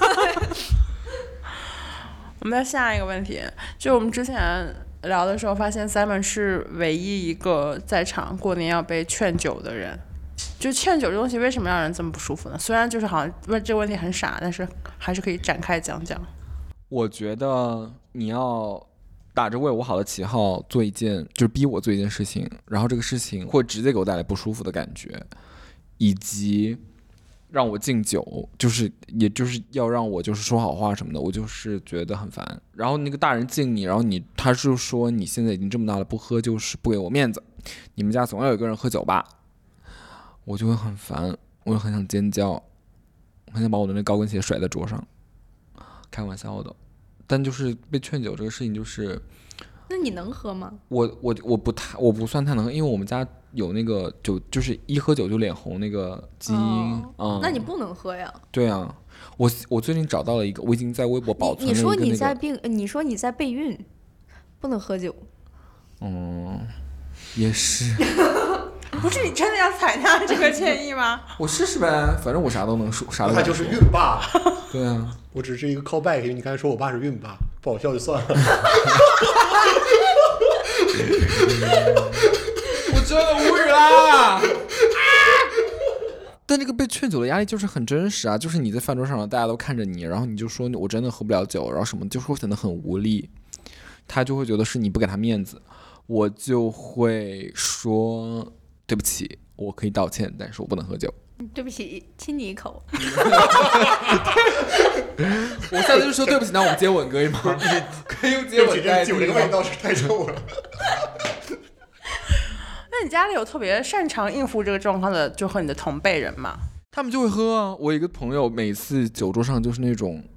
我们再下一个问题，就我们之前聊的时候发现 Simon 是唯一一个在场过年要被劝酒的人。就劝酒这东西为什么让人这么不舒服呢？虽然就是好像问这个问题很傻，但是还是可以展开讲讲。
我觉得你要打着为我好的旗号做一件，就是逼我做一件事情，然后这个事情会直接给我带来不舒服的感觉，以及让我敬酒，也就是要让我就是说好话什么的，我就是觉得很烦。然后那个大人敬你，然后他就说你现在已经这么大了，不喝就是不给我面子，你们家总要有一个人喝酒吧，我就会很烦，我就很想尖叫，很想把我的那高跟鞋甩在桌上，开玩笑的。但就是被劝酒这个事情，就是
那你能喝吗？
我不算太能喝，因为我们家有那个酒，就是一喝酒就脸红那个基因。
那你不能喝呀？
对啊，我最近找到了一个，我已经在微博保存了一个那个。
你说你在备孕，不能喝酒。
也是。
不是你真的要采纳这个建议吗？
我试试呗，反正我啥都能说，啥都能说。
他就是孕爸。
对啊，
我只是一个 callback，因为你刚才说我爸是孕爸，不好笑就算了。
我真的无语啦！但这个被劝酒的压力就是很真实啊，就是你在饭桌上大家都看着你，然后你就说我真的喝不了酒，然后什么就是会显得很无力，他就会觉得是你不给他面子，我就会说对不起，我可以道歉，但是我不能喝酒。
对不起，亲你一口。
我下次就说对不起，那我们接吻可以吗？可以用接吻代替吗？
酒这个味道是太臭了。
那你家里有特别擅长应付这个状况的，就和你的同辈人吗？
他们就会喝啊。我一个朋友每次酒桌上就是那种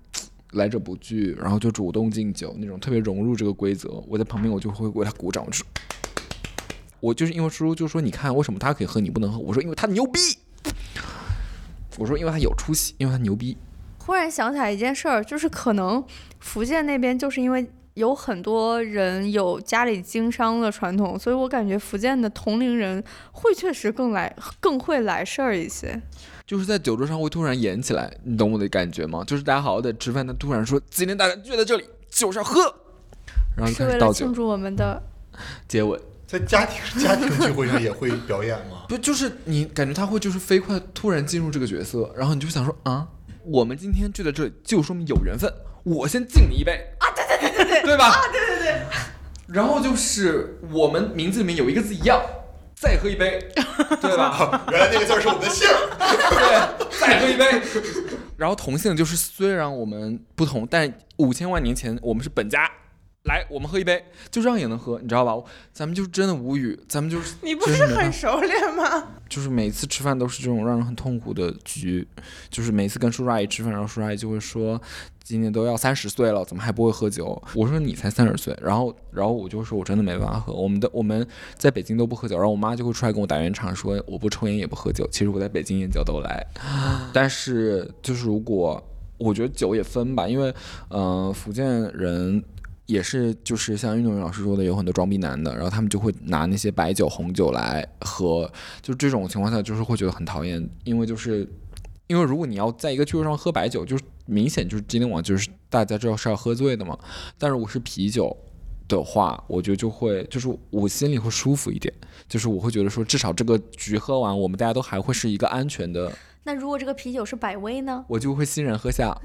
来者不拒，然后就主动敬酒那种，特别融入这个规则。我在旁边我就会为他鼓掌，我就是因为叔叔就说你看为什么他可以喝你不能喝，我说因为他牛逼，我说因为他有出息，因为他牛逼。
忽然想起来一件事儿，就是可能福建那边就是因为有很多人有家里经商的传统，所以我感觉福建的同龄人会确实更会来事儿一些。
就是在酒桌上会突然演起来，你懂我的感觉吗？就是大家好好的吃饭，他突然说今天大家聚在这里就是要喝，然后就开始倒酒，
是为了庆祝我们的
接吻。
在家庭聚会上也会表演吗？
不，就是你感觉他会就是飞快突然进入这个角色，然后你就想说啊，我们今天聚在这里就说明有缘分，我先敬你一杯啊，对，对吧？啊，对。然后就是我们名字里面有一个字一样，再喝一杯，对吧？
原来那个字是我们的姓。
对，再喝一杯。然后同姓就是虽然我们不同，但5000万年前我们是本家。来，我们喝一杯，就这样也能喝，你知道吧？咱们就是真的无语，咱们就是
你不是很熟练吗？
就是每次吃饭都是这种让人很痛苦的局，就是每次跟叔叔阿姨吃饭，然后叔叔阿姨就会说，今年都要30岁了，怎么还不会喝酒？我说你才30岁，然后我就说我真的没办法喝，我们在北京都不喝酒，然后我妈就会出来跟我打圆场说我不抽烟也不喝酒，其实我在北京眼角都来，但是就是如果我觉得酒也分吧，因为福建人。也是，就是像运动员老师说的，有很多装逼男的，然后他们就会拿那些白酒、红酒来喝，就这种情况下，就是会觉得很讨厌，因为如果你要在一个聚会上喝白酒，就是明显就是今天晚上就是大家知道是要喝醉的嘛，但如果是啤酒的话，我觉得就是我心里会舒服一点，就是我会觉得说，至少这个局喝完，我们大家都还会是一个安全的。
那如果这个啤酒是百威呢？
我就会欣然喝下。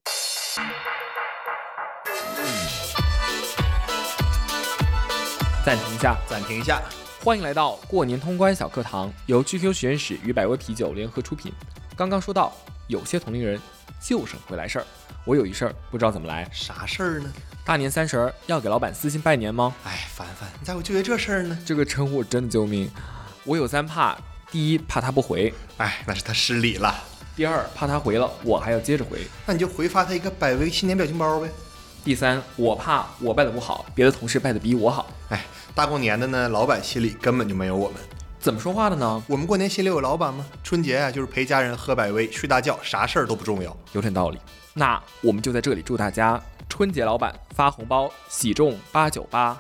暂停一下，欢迎来到过年通关小课堂，由 GQ 实验室与百威啤酒联合出品。刚刚说到，有些同龄人就是会来事儿。我有一事儿，不知道怎么来。
啥事儿呢？
大年30要给老板私信拜年吗？
哎，凡，你咋会就为这事儿呢？
这个称呼我真的救命。我有3怕：第一，怕他不回，
哎，那是他失礼了；
第二，怕他回了，我还要接着回，
那你就回发他一个百威新年表情包呗；
第三，我怕我拜的不好，别的同事拜的比我好。
哎，大过年的呢，老板心里根本就没有我们。
怎么说话的呢？
我们过年心里有老板吗？春节啊，就是陪家人喝百威、睡大觉，啥事儿都不重要。
有点道理。那我们就在这里祝大家春节老板发红包喜中898。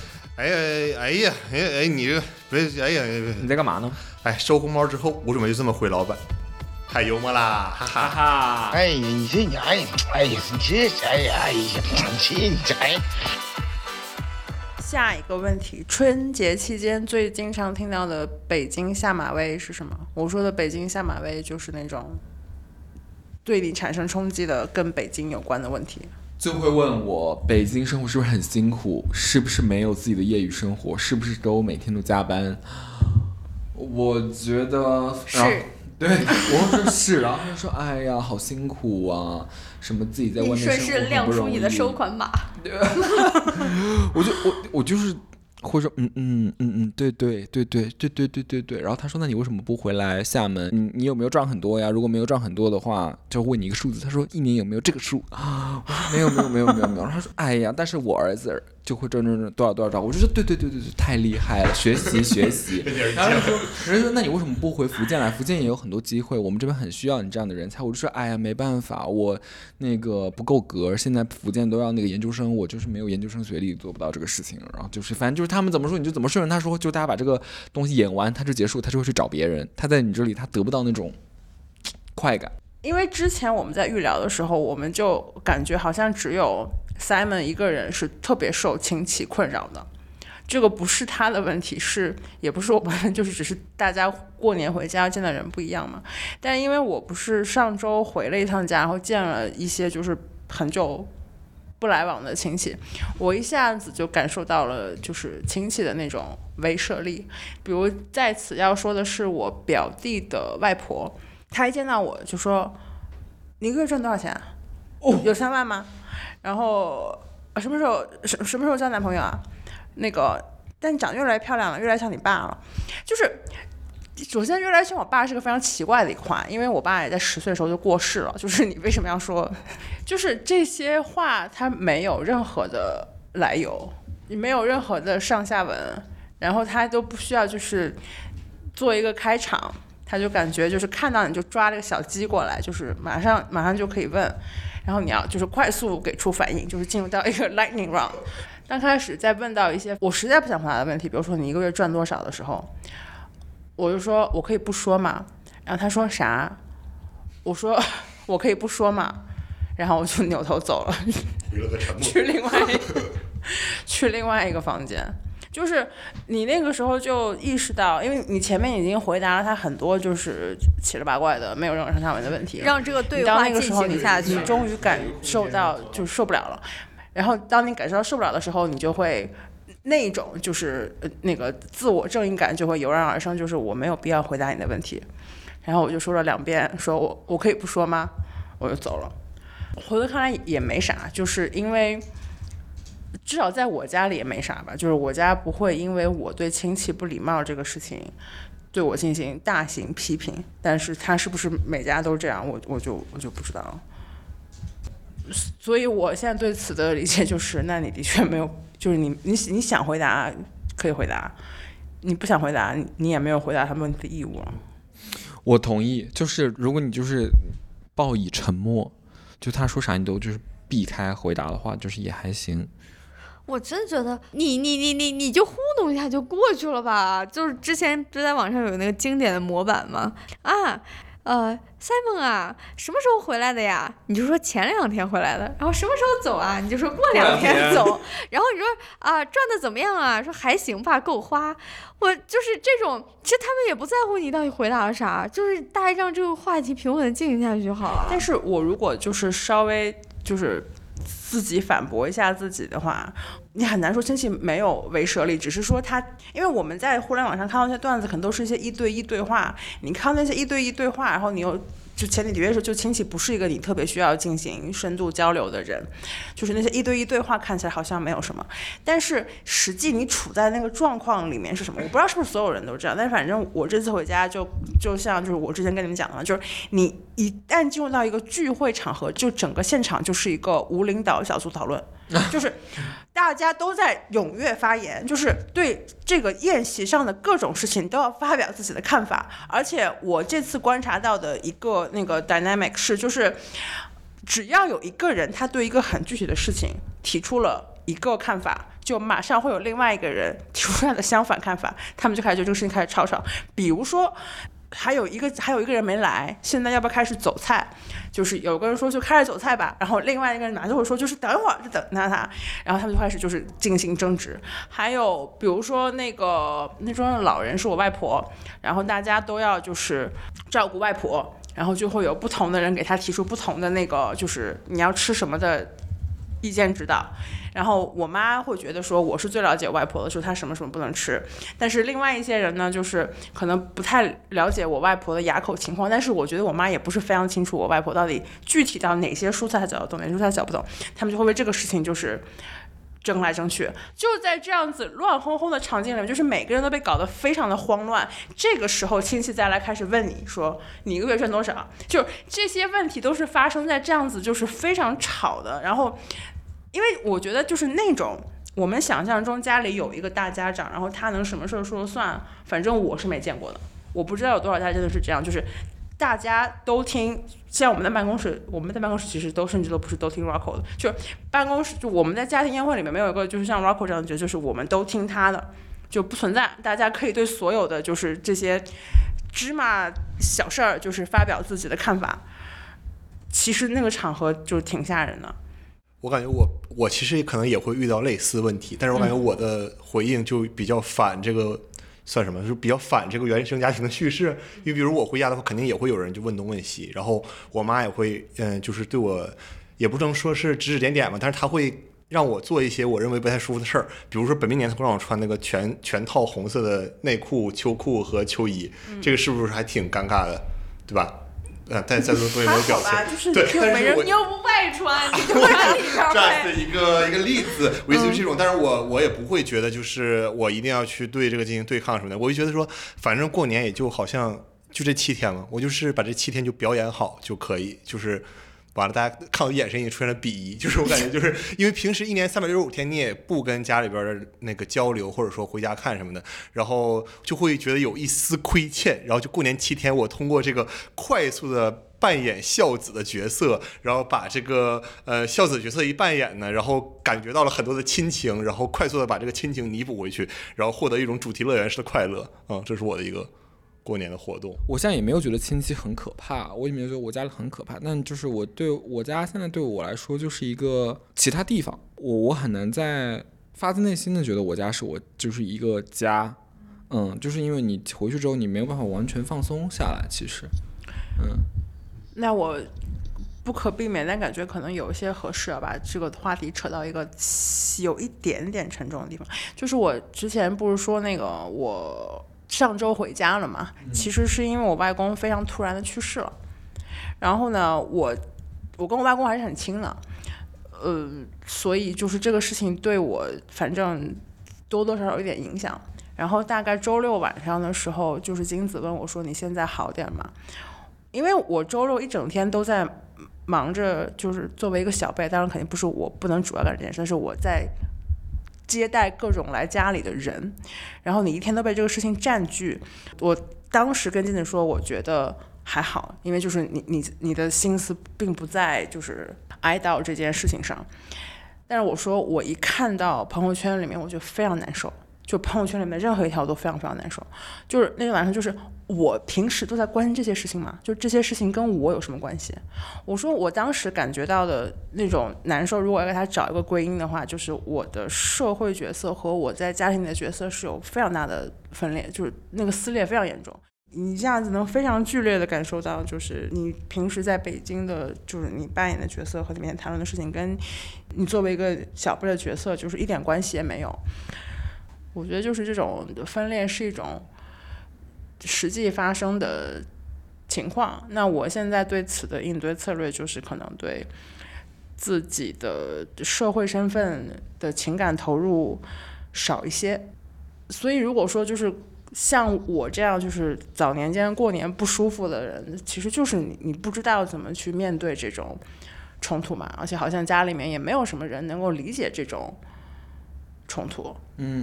你这不是
你在干嘛呢？
哎，收红包之后，我准备就这么回老板，太幽默啦，哈哈哈！
哎呀，你这你
下一个问题，春节期间最经常听到的北京下马威是什么？我说的北京下马威就是那种对你产生冲击的跟北京有关的问题。
就会问我北京生活是不是很辛苦，是不是没有自己的业余生活，是不是都每天都加班？我觉得
是，
对，我说是，然后他就说哎呀好辛苦啊，什么自己在外面生活很不容易，
你顺势亮出你的收款码。
对，我就是会说对，然后他说那你为什么不回来厦门？你有没有赚很多呀？如果没有赚很多的话，就问你一个数字。他说一年有没有这个数啊？我说没有。然后他说哎呀，但是我儿子就会赚多少，我就说对，太厉害了，学习。然后人家说那你为什么不回福建来？福建也有很多机会，我们这边很需要你这样的人才。我就说哎呀没办法，我那个不够格，现在福建都要那个研究生，我就是没有研究生学历，做不到这个事情。然后就是反正就是他们怎么说你就怎么顺着他说，就大家把这个东西演完他就结束，他就会去找别人，他在你这里他得不到那种快感。
因为之前我们在预聊的时候，我们就感觉好像只有 Simon 一个人是特别受亲戚困扰的，这个不是他的问题，也不是我们，就是只是大家过年回家见的人不一样嘛。但因为我不是上周回了一趟家，然后见了一些就是很久不来往的亲戚，我一下子就感受到了就是亲戚的那种威慑力。比如在此要说的是我表弟的外婆，她一见到我就说你一个月挣多少钱啊？有3万吗？然后什么时候交男朋友啊？那个但你长得越来越漂亮了，越来越像你爸了。就是首先越来越像我爸是个非常奇怪的一个话，因为我爸也在10岁的时候就过世了，就是你为什么要说，就是这些话它没有任何的来由，你没有任何的上下文，然后他都不需要就是做一个开场，他就感觉就是看到你就抓了个小鸡过来，就是马上就可以问，然后你要就是快速给出反应，就是进入到一个 lightning round。刚开始再问到一些我实在不想回答的问题，比如说你1个月赚多少的时候，我就说我可以不说嘛，然后他说啥？我说我可以不说嘛，然后我就扭头走了，
回了个沉默，
去另外一个房间。就是你那个时候就意识到，因为你前面已经回答了他很多就是七了八怪的没有任何上下文的问题，
让这个对话进行下去，
你终于感受到就受不了了。然后当你感受到受不了的时候，你就会那种就是那个自我正义感就会油然而生，就是我没有必要回答你的问题。然后我就说了2遍，说我可以不说吗？我就走了。回头看来也没啥，就是因为至少在我家里也没啥吧，就是我家不会因为我对亲戚不礼貌这个事情对我进行大型批评，但是他是不是每家都这样，我就不知道了。所以我现在对此的理解就是，那你的确没有，就是你想回答可以回答，你不想回答你也没有回答他们的义务了。
我同意，就是如果你就是报以沉默，就他说啥你都就是避开回答的话，就是也还行。
我真觉得你就糊弄一下就过去了吧。就是之前不是在网上有那个经典的模板吗？Simon 啊，什么时候回来的呀？你就说前2天回来的。然后什么时候走啊？你就说过2天走。然后你说赚的怎么样啊？说还行吧，够花。我就是这种，其实他们也不在乎你到底回答了啥，就是大家让这个话题平稳的进行下去就好了。
但是我如果就是稍微就是自己反驳一下自己的话，你很难说亲戚没有威慑力，只是说他，因为我们在互联网上看到一些段子，可能都是一些1对1对话，你看那些1对1对话，然后你又就前提的确是，就亲戚不是一个你特别需要进行深度交流的人，就是那些1对1对话看起来好像没有什么，但是实际你处在那个状况里面是什么？我不知道是不是所有人都这样，但反正我这次回家就像就是我之前跟你们讲的嘛，就是你一旦进入到一个聚会场合，就整个现场就是一个无领导小组讨论，就是大家都在踊跃发言，就是对这个宴席上的各种事情都要发表自己的看法。而且我这次观察到的一个那个 dynamic 是，就是只要有一个人他对一个很具体的事情提出了一个看法，就马上会有另外一个人提出他的相反看法，他们就开始就这个事情开始吵。比如说还有一个人没来，现在要不要开始走菜？就是有个人说就开始走菜吧，然后另外一个人马上就会说就是等一会儿就等他，然后他们就开始就是进行争执。还有比如说那种老人是我外婆，然后大家都要就是照顾外婆，然后就会有不同的人给他提出不同的那个就是你要吃什么的意见指导。然后我妈会觉得说我是最了解外婆的，说她什么不能吃，但是另外一些人呢，就是可能不太了解我外婆的牙口情况，但是我觉得我妈也不是非常清楚我外婆到底具体到哪些蔬菜她嚼得动，哪些蔬菜她嚼不动，他们就会为这个事情就是争来争去。就在这样子乱哄哄的场景里面，就是每个人都被搞得非常的慌乱。这个时候亲戚再来开始问你说你1个月赚多少，就这些问题都是发生在这样子就是非常吵的。然后因为我觉得就是那种我们想象中家里有一个大家长，然后他能什么事说了算，反正我是没见过的。我不知道有多少家真的是这样，就是大家都听。像我们的办公室其实甚至都不是都听 Rocco 的，就是办公室就我们在家庭宴会里面没有一个就是像 Rocco 这样的角色，就是我们都听他的，就不存在。大家可以对所有的就是这些芝麻小事儿就是发表自己的看法。其实那个场合就挺吓人的。
我感觉我其实可能也会遇到类似问题，但是我感觉我的回应就比较反这个算什么，就是比较反这个原生家庭的叙事。因为比如我回家的话，肯定也会有人就问东问西，然后我妈也会就是对我也不能说是指指点点嘛，但是她会让我做一些我认为不太舒服的事儿。比如说本命年她会让我穿那个全套红色的内裤、秋裤和秋衣，这个是不是还挺尴尬的，对吧？ 在座各位没有表情，
还好吧，就是
对，但是我
你又不外穿，你就在里边
这样
呗。
的一个例子，我意思是这种，但是我也不会觉得就是我一定要去对这个进行对抗什么的，我就觉得说，反正过年也就好像就这7天嘛，我就是把这7天就表演好就可以，就是完了，大家看我眼神已经出现了鄙夷，就是我感觉就是因为平时1年365天你也不跟家里边的那个交流，或者说回家看什么的，然后就会觉得有一丝亏欠，然后就过年7天，我通过这个快速的扮演孝子的角色，然后把这个孝子角色一扮演呢，然后感觉到了很多的亲情，然后快速的把这个亲情弥补回去，然后获得一种主题乐园式的快乐这是我的一个过年的活动。
我现在也没有觉得亲戚很可怕，我也没有觉得我家里很可怕，但就是我家现在对我来说就是一个其他地方，我很难在发自内心的觉得我家是我就是一个家，就是因为你回去之后你没有办法完全放松下来，其实，
那我不可避免，但感觉可能有一些合适要把这个话题扯到一个有一点点沉重的地方，就是我之前不是说那个我上周回家了嘛，其实是因为我外公非常突然的去世了，然后呢，我跟我外公还是很亲的，所以就是这个事情对我反正多多少少有一点影响。然后大概周六晚上的时候，就是金子问我说：“你现在好点吗？”因为我周六一整天都在忙着，就是作为一个小辈，当然肯定不是我不能主要干这件事，但是我在接待各种来家里的人，然后你一天都被这个事情占据。我当时跟金子说，我觉得还好，因为就是你的心思并不在就是哀悼这件事情上。但是我说我一看到朋友圈里面，我就非常难受，就朋友圈里面任何一条都非常非常难受。就是那个晚上，就是我平时都在关心这些事情嘛，就这些事情跟我有什么关系？我说我当时感觉到的那种难受，如果要给他找一个归因的话，就是我的社会角色和我在家庭里的角色是有非常大的分裂，就是那个撕裂非常严重。你这样子能非常剧烈的感受到，就是你平时在北京的，就是你扮演的角色和里面谈论的事情，跟你作为一个小辈的角色，就是一点关系也没有。我觉得就是这种分裂是一种实际发生的情况。那我现在对此的应对策略就是可能对自己的社会身份的情感投入少一些。所以如果说就是像我这样就是早年间过年不舒服的人，其实就是你不知道怎么去面对这种冲突嘛，而且好像家里面也没有什么人能够理解这种冲突。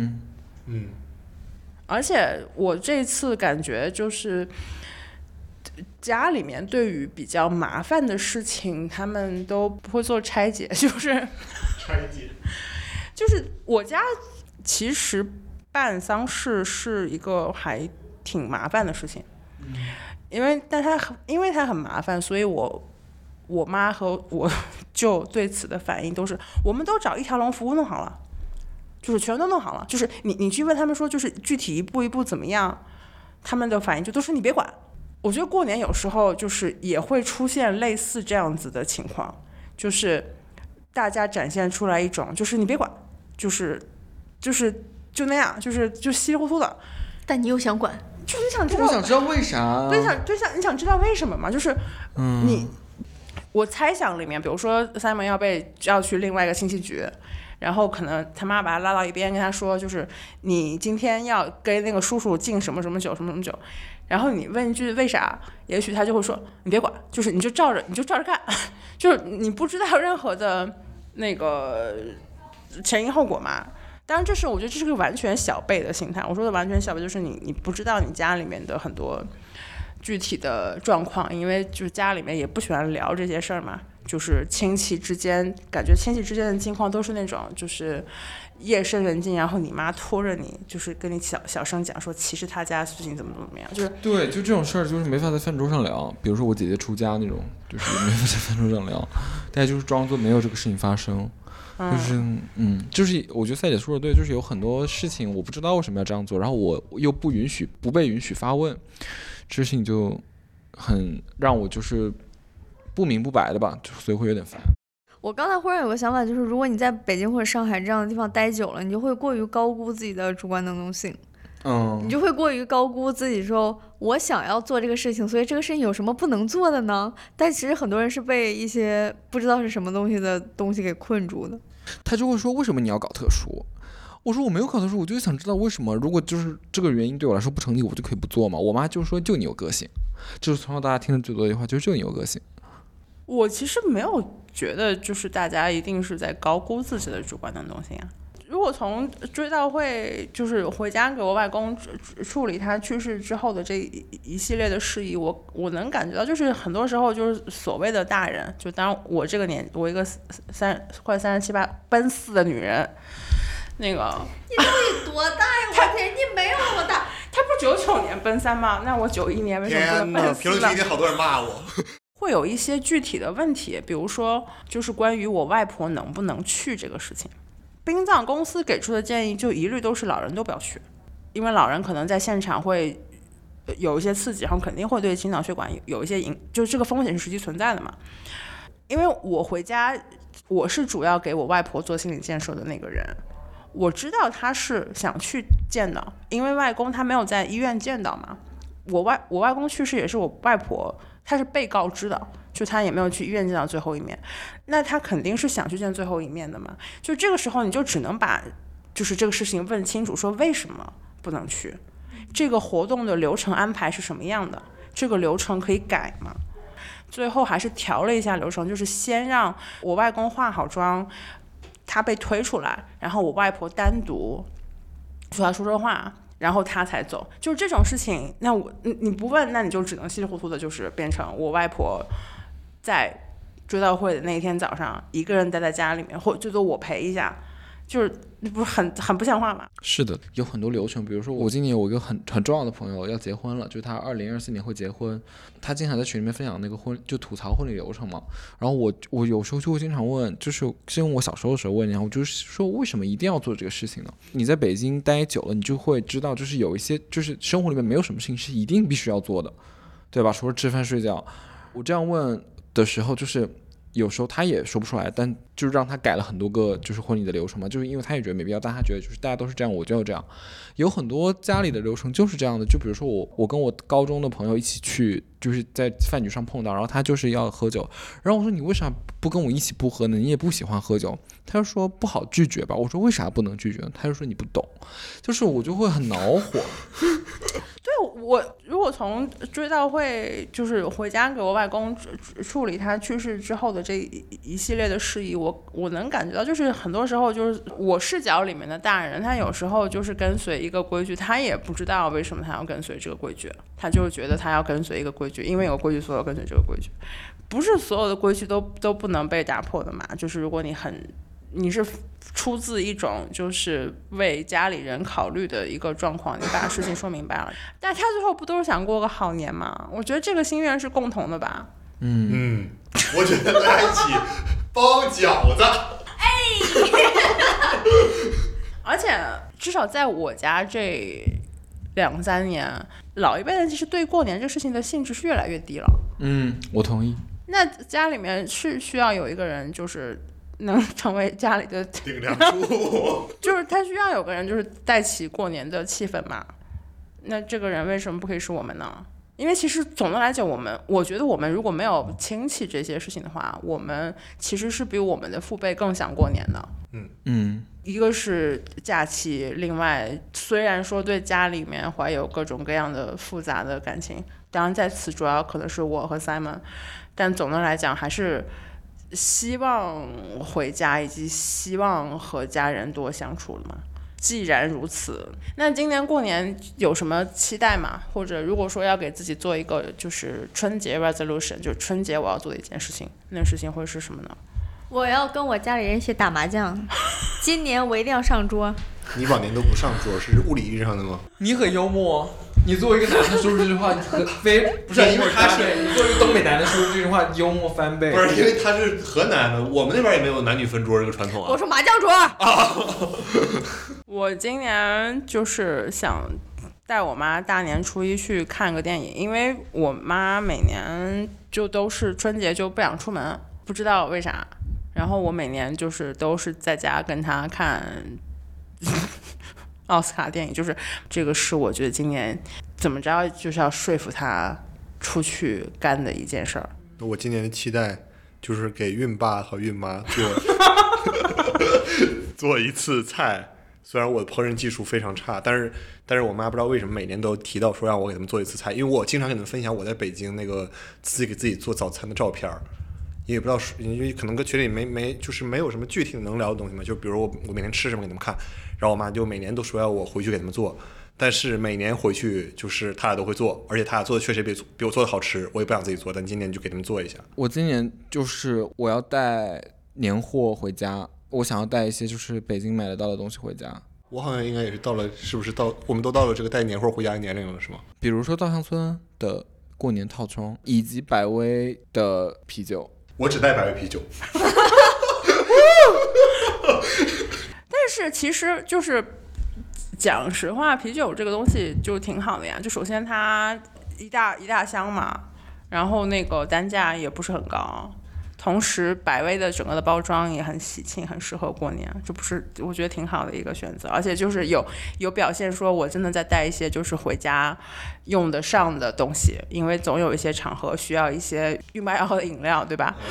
而且我这次感觉就是家里面对于比较麻烦的事情他们都不会做拆解，就是
拆解，
就是我家其实办丧事是一个还挺麻烦的事情，因为它很麻烦，所以我妈和我舅对此的反应都是，我们都找一条龙服务弄好了，就是全都弄好了，就是你去问他们说就是具体一步一步怎么样，他们的反应就都是你别管。我觉得过年有时候就是也会出现类似这样子的情况，就是大家展现出来一种就是你别管，就那样，就稀里糊涂的。
但你又想管，
就是你想知道，
我想知道为啥？
你想知道为什么吗？就是我猜想里面，比如说 Simon 要去另外一个亲戚局，然后可能他妈把他拉到一边，跟他说，就是你今天要跟那个叔叔敬什么什么酒，什么什么酒，然后你问一句为啥，也许他就会说你别管，就是你就照着干，就是你不知道任何的那个前因后果嘛。当然我觉得这是个完全小辈的心态，我说的完全小辈就是你不知道你家里面的很多具体的状况，因为就是家里面也不喜欢聊这些事儿嘛，就是亲戚之间，感觉亲戚之间的境况都是那种就是夜深人静，然后你妈拖着你，就是跟你小声讲说，其实他家最近怎么样，就是
对，就这种事儿就是没法在饭桌上聊，比如说我姐姐出家那种，就是没法在饭桌上聊，大家就是装作没有这个事情发生。就是我觉得赛姐说的对，就是有很多事情我不知道为什么要这样做，然后我又不被允许发问，这事情就很让我就是不明不白的吧，所以会有点烦。
我刚才忽然有个想法，就是如果你在北京或者上海这样的地方待久了，你就会过于高估自己的主观能动性。 你就会过于高估自己，说我想要做这个事情，所以这个事情有什么不能做的呢？但其实很多人是被一些不知道是什么东西给困住的。
他就会说为什么你要搞特殊？我说我没有搞特殊，我就是想知道为什么，如果就是这个原因对我来说不成立，我就可以不做嘛。我妈就说就你有个性，就是从小到大听的最多的一句话就是就你有个性。
我其实没有觉得就是大家一定是在高估自己的主观能动性啊。如果从追悼会就是回家给我外公处理他去世之后的这一系列的事宜，我能感觉到，就是很多时候就是所谓的大人，就当然我这个年，我一个快37、8奔4的女人，那个
你到底多大呀？我天，你没有那么大。
他不是99年奔3吗？那我91年为什么不能奔4呢？
评论区一定好多人骂我。
会有一些具体的问题，比如说就是关于我外婆能不能去这个事情。殡葬公司给出的建议就一律都是老人都不要去，因为老人可能在现场会有一些刺激，然后肯定会对心脑血管有一些就是这个风险是实际存在的嘛。因为我回家，我是主要给我外婆做心理建设的那个人，我知道她是想去见的，因为外公他没有在医院见到嘛。我外公去世也是我外婆，她是被告知的，就他也没有去医院见到最后一面，那他肯定是想去见最后一面的嘛。就这个时候你就只能把就是这个事情问清楚，说为什么不能去，这个活动的流程安排是什么样的，这个流程可以改吗？最后还是调了一下流程，就是先让我外公化好妆，他被推出来，然后我外婆单独出来说话，然后他才走。就是这种事情，那你不问，那你就只能稀里糊涂的，就是变成我外婆在追悼会的那一天早上一个人待在家里面，或最多我陪一下，就是不是很不像话吗？
是的，有很多流程，比如说我今年有一个很重要的朋友要结婚了，就是他2024年会结婚，他经常在群里面分享那个就吐槽婚礼流程嘛。然后我有时候就会经常问，就是因为我小时候的时候问，然后我就是说为什么一定要做这个事情呢？你在北京待久了，你就会知道，就是有一些就是生活里面没有什么事情是一定必须要做的，对吧？除了吃饭睡觉。我这样问的时候，就是有时候他也说不出来，但就是让他改了很多个就是婚礼的流程嘛，就是因为他也觉得没必要，但他觉得就是大家都是这样，我就要这样。有很多家里的流程就是这样的，就比如说我跟我高中的朋友一起去，就是在饭局上碰到，然后他就是要喝酒，然后我说你为啥不跟我一起不喝呢？你也不喜欢喝酒。他就说不好拒绝吧。我说为啥不能拒绝呢？他就说你不懂。就是我就会很恼火。
对，我如果从追悼会就是回家给我外公处理他去世之后的这一系列的事宜，我能感觉到，就是很多时候就是我视角里面的大人，他有时候就是跟随一个规矩，他也不知道为什么他要跟随这个规矩，他就觉得他要跟随一个规矩，因为有规矩所有跟随这个规矩，不是所有的规矩都不能被打破的嘛。就是如果你是出自一种就是为家里人考虑的一个状况，你把事情说明白了，但他最后不都是想过个好年吗？我觉得这个心愿是共同的吧。
我觉得大家一起包饺子。
而且至少在我家这2-3年，老一辈人其实对过年这事情的兴致是越来越低了。
我同意。
那家里面是需要有一个人就是能成为家里的
顶梁柱，
就是他需要有个人就是带起过年的气氛嘛。那这个人为什么不可以是我们呢？因为其实总的来讲，我觉得我们如果没有亲戚这些事情的话，我们其实是比我们的父辈更想过年的。一个是假期，另外虽然说对家里面怀有各种各样的复杂的感情，当然在此主要可能是我和 Simon， 但总的来讲还是希望回家，以及希望和家人多相处了嘛。既然如此，那今年过年有什么期待吗？或者如果说要给自己做一个就是春节 resolution， 就是春节我要做的一件事情，那事情会是什么呢？
我要跟我家里人一起打麻将，今年我一定要上桌。
你往年都不上桌，是物理意义上的吗？
你很幽默，你作为一个男的说出这句话，不
是因为他是
你作为一个东北男的说出这句话，幽默翻倍。
不是因为他是河南的，我们那边也没有男女分桌这个传统啊。
我说麻将桌。
我今年就是想带我妈大年初一去看个电影，因为我妈每年就都是春节就不想出门，不知道为啥。然后我每年就是都是在家跟她看奥斯卡电影，就是这个是我觉得今年怎么着就是要说服他出去干的一件事儿。
我今年的期待就是给孕爸和孕妈做一次菜。虽然我的烹饪技术非常差，但是我妈不知道为什么每年都提到说让我给他们做一次菜，因为我经常给他们分享我在北京那个自己给自己做早餐的照片，也不知道因为可能跟群里没有什么具体的能聊的东西嘛，就比如我每天吃什么给他们看，然后我妈就每年都说要我回去给他们做，但是每年回去就是他俩都会做，而且他俩做的确实比我做的好吃，我也不想自己做，但今年就给他们做一下。
我今年就是我要带年货回家，我想要带一些就是北京买得到的东西回家。
我好像应该也是到了，是不是我们都到了这个带年货回家的年龄了，是吗？
比如说稻香村的过年套装，以及百威的啤酒。
我只带百威啤酒。
但是其实就是讲实话，啤酒这个东西就挺好的呀。就首先它一大箱嘛，然后那个单价也不是很高。同时百威的整个的包装也很喜庆，很适合过年，这不是我觉得挺好的一个选择。而且就是有表现说我真的在带一些就是回家用得上的东西，因为总有一些场合需要一些孕妈要喝的饮料，对吧？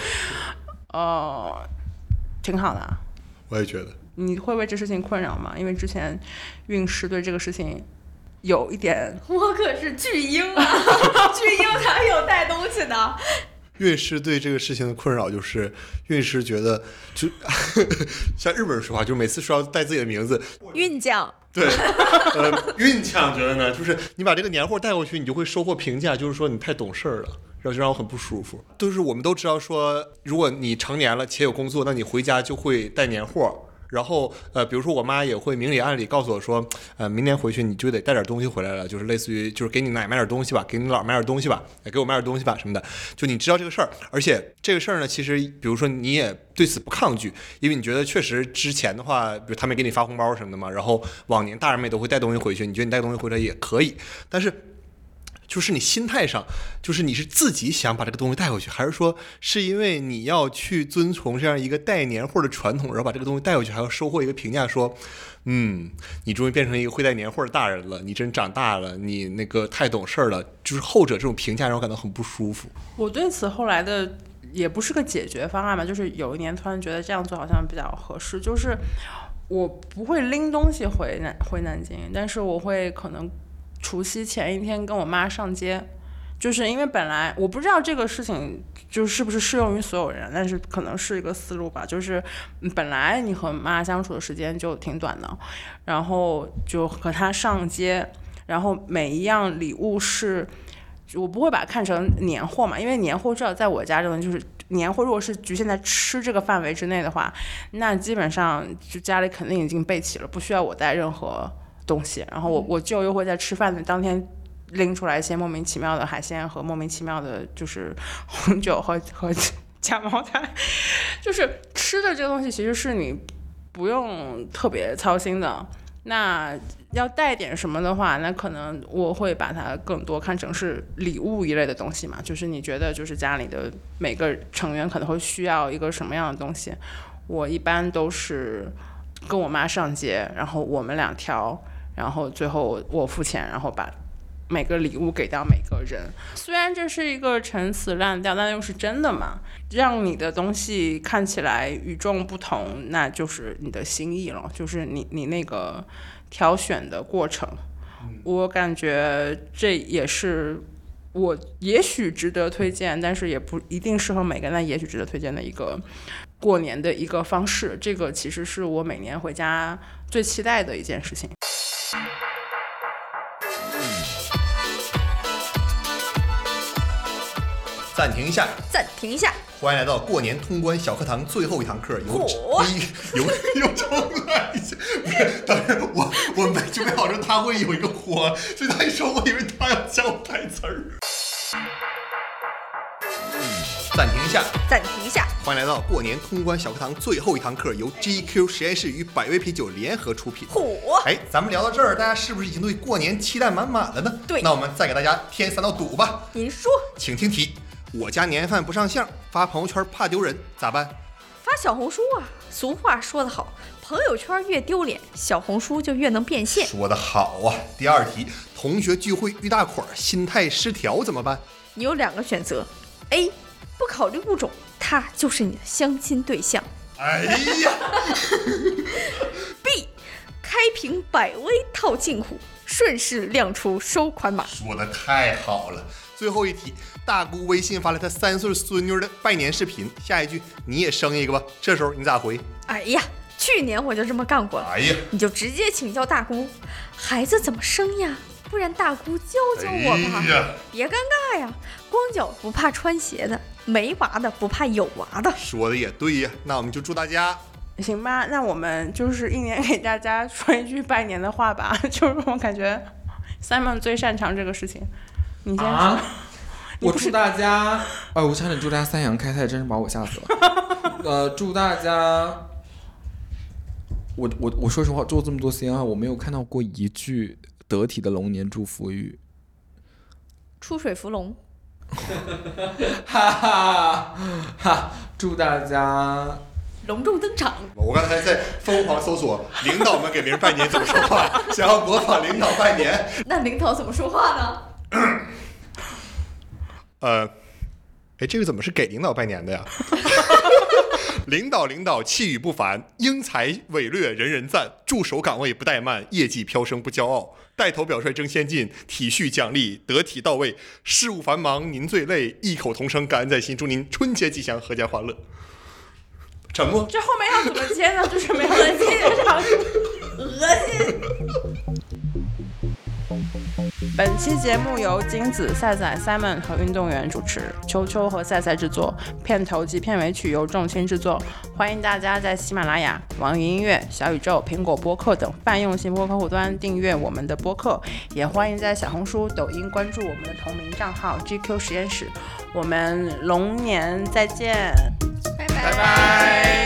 挺好的。
我也觉得。
你会为这事情困扰吗？因为之前孕师对这个事情有一点，
我可是巨婴啊，巨婴才有带东西的。
孕师对这个事情的困扰就是，孕师觉得就像日本人说话，就每次说要带自己的名字，
孕酱。
对，孕酱觉得呢，就是你把这个年货带过去，你就会收获评价，就是说你太懂事儿了，然后就让我很不舒服。就是我们都知道说，如果你成年了且有工作，那你回家就会带年货。然后比如说我妈也会明里暗里告诉我说，明年回去你就得带点东西回来了，就是类似于就是给你奶买点东西吧，给你姥买点东西吧，给我买点东西吧什么的，就你知道这个事儿。而且这个事儿呢，其实比如说你也对此不抗拒，因为你觉得确实之前的话，比如他们给你发红包什么的嘛，然后往年大人们也都会带东西回去，你觉得你带东西回来也可以，但是就是你心态上，就是你是自己想把这个东西带回去，还是说是因为你要去遵从这样一个带年货的传统，然后把这个东西带回去，还要收获一个评价说，你终于变成一个会带年货的大人了，你真长大了，你那个太懂事了，就是后者这种评价让我感到很不舒服。
我对此后来的也不是个解决方案嘛，就是有一年突然觉得这样做好像比较合适，就是我不会拎东西回南京，但是我会可能除夕前一天跟我妈上街，就是因为本来我不知道这个事情就是不是适用于所有人，但是可能是一个思路吧，就是本来你和妈相处的时间就挺短的，然后就和她上街，然后每一样礼物是我不会把它看成年货嘛，因为年货至少在我家这种就是年货，如果是局限在吃这个范围之内的话，那基本上就家里肯定已经备齐了，不需要我带任何东西。然后我舅又会在吃饭的当天拎出来一些莫名其妙的海鲜和莫名其妙的就是红酒和假茅台，就是吃的这个东西其实是你不用特别操心的。那要带点什么的话，那可能我会把它更多看成是礼物一类的东西嘛，就是你觉得就是家里的每个成员可能会需要一个什么样的东西，我一般都是跟我妈上街，然后我们俩挑，然后最后我付钱，然后把每个礼物给到每个人。虽然这是一个陈词滥调，但又是真的嘛，让你的东西看起来与众不同，那就是你的心意了，就是你那个挑选的过程。我感觉这也是我也许值得推荐，但是也不一定适合每个人，但也许值得推荐的一个过年的一个方式。这个其实是我每年回家最期待的一件事情。
暂停一下，
暂停一下，
欢迎来到过年通关小课堂最后一堂课，由重来一下。当然我没准备好说他会有一个活，所以他一说，我以为他要教台词儿。暂停一下，
暂停一下，
欢迎来到过年通关小课堂最后一堂课，由 GQ 实验室与百威啤酒联合出品。哎，咱们聊到这儿，大家是不是已经对过年期待满满了呢？
对，
那我们再给大家添3道堵吧。
您说，
请听题：我家年夜饭不上相，发朋友圈怕丢人，咋办？
发发小红书啊。俗话说得好，朋友圈越丢脸，小红书就越能变现。
说得好啊！第二题，同学聚会遇大款，心态失调怎么办？
你有2个选择 ：A. 不考虑物种，他就是你的相亲对象。
哎呀
B. 开瓶百威套近乎，顺势亮出收款码。
说的太好了！最后一题，大姑微信发来她3岁孙女的拜年视频，下一句你也生一个吧，这时候你咋回？
哎呀，去年我就这么干过了。
哎呀，
你就直接请教大姑，孩子怎么生呀？不然大姑教教我吧。
哎呀，
别尴尬呀，光脚不怕穿鞋的，没娃的不怕有娃的。
说的也对呀，那我们就祝大家。
行吧，那我们就是一年给大家说一句拜年的话吧。就是我感觉 Simon 最擅长这个事情，你先说。
我祝大家，我差点祝大家三阳开泰，真是把我吓死了。祝大家，我说实话，做这么多 CNR，我没有看到过一句得体的龙年祝福语。
出水芙蓉。
哈哈哈！祝大家
隆重登场。
我刚才在疯狂搜索领导们给别人拜年怎么说话，想要模仿领导拜年。
那领导怎么说话呢？
这个怎么是给领导拜年的呀？领导气宇不凡，英才伟略人人赞，驻守岗位不怠慢，业绩飘升不骄傲，带头表率争先进，体恤奖励得体到位，事务繁忙您最累，异口同声感恩在心，祝您春节吉祥，阖家欢乐。沉默。
这后面要怎么接呢？就是没有人接得上。
恶心。
本期节目由金子、赛赛、Simon 和运动员主持，秋秋和赛赛制作，片头及片尾曲由众卿制作。欢迎大家在喜马拉雅、网易音乐、小宇宙、苹果播客等泛用型播客户端订阅我们的播客，也欢迎在小红书、抖音关注我们的同名账号 GQ 实验室。我们龙年再见，
拜
拜拜。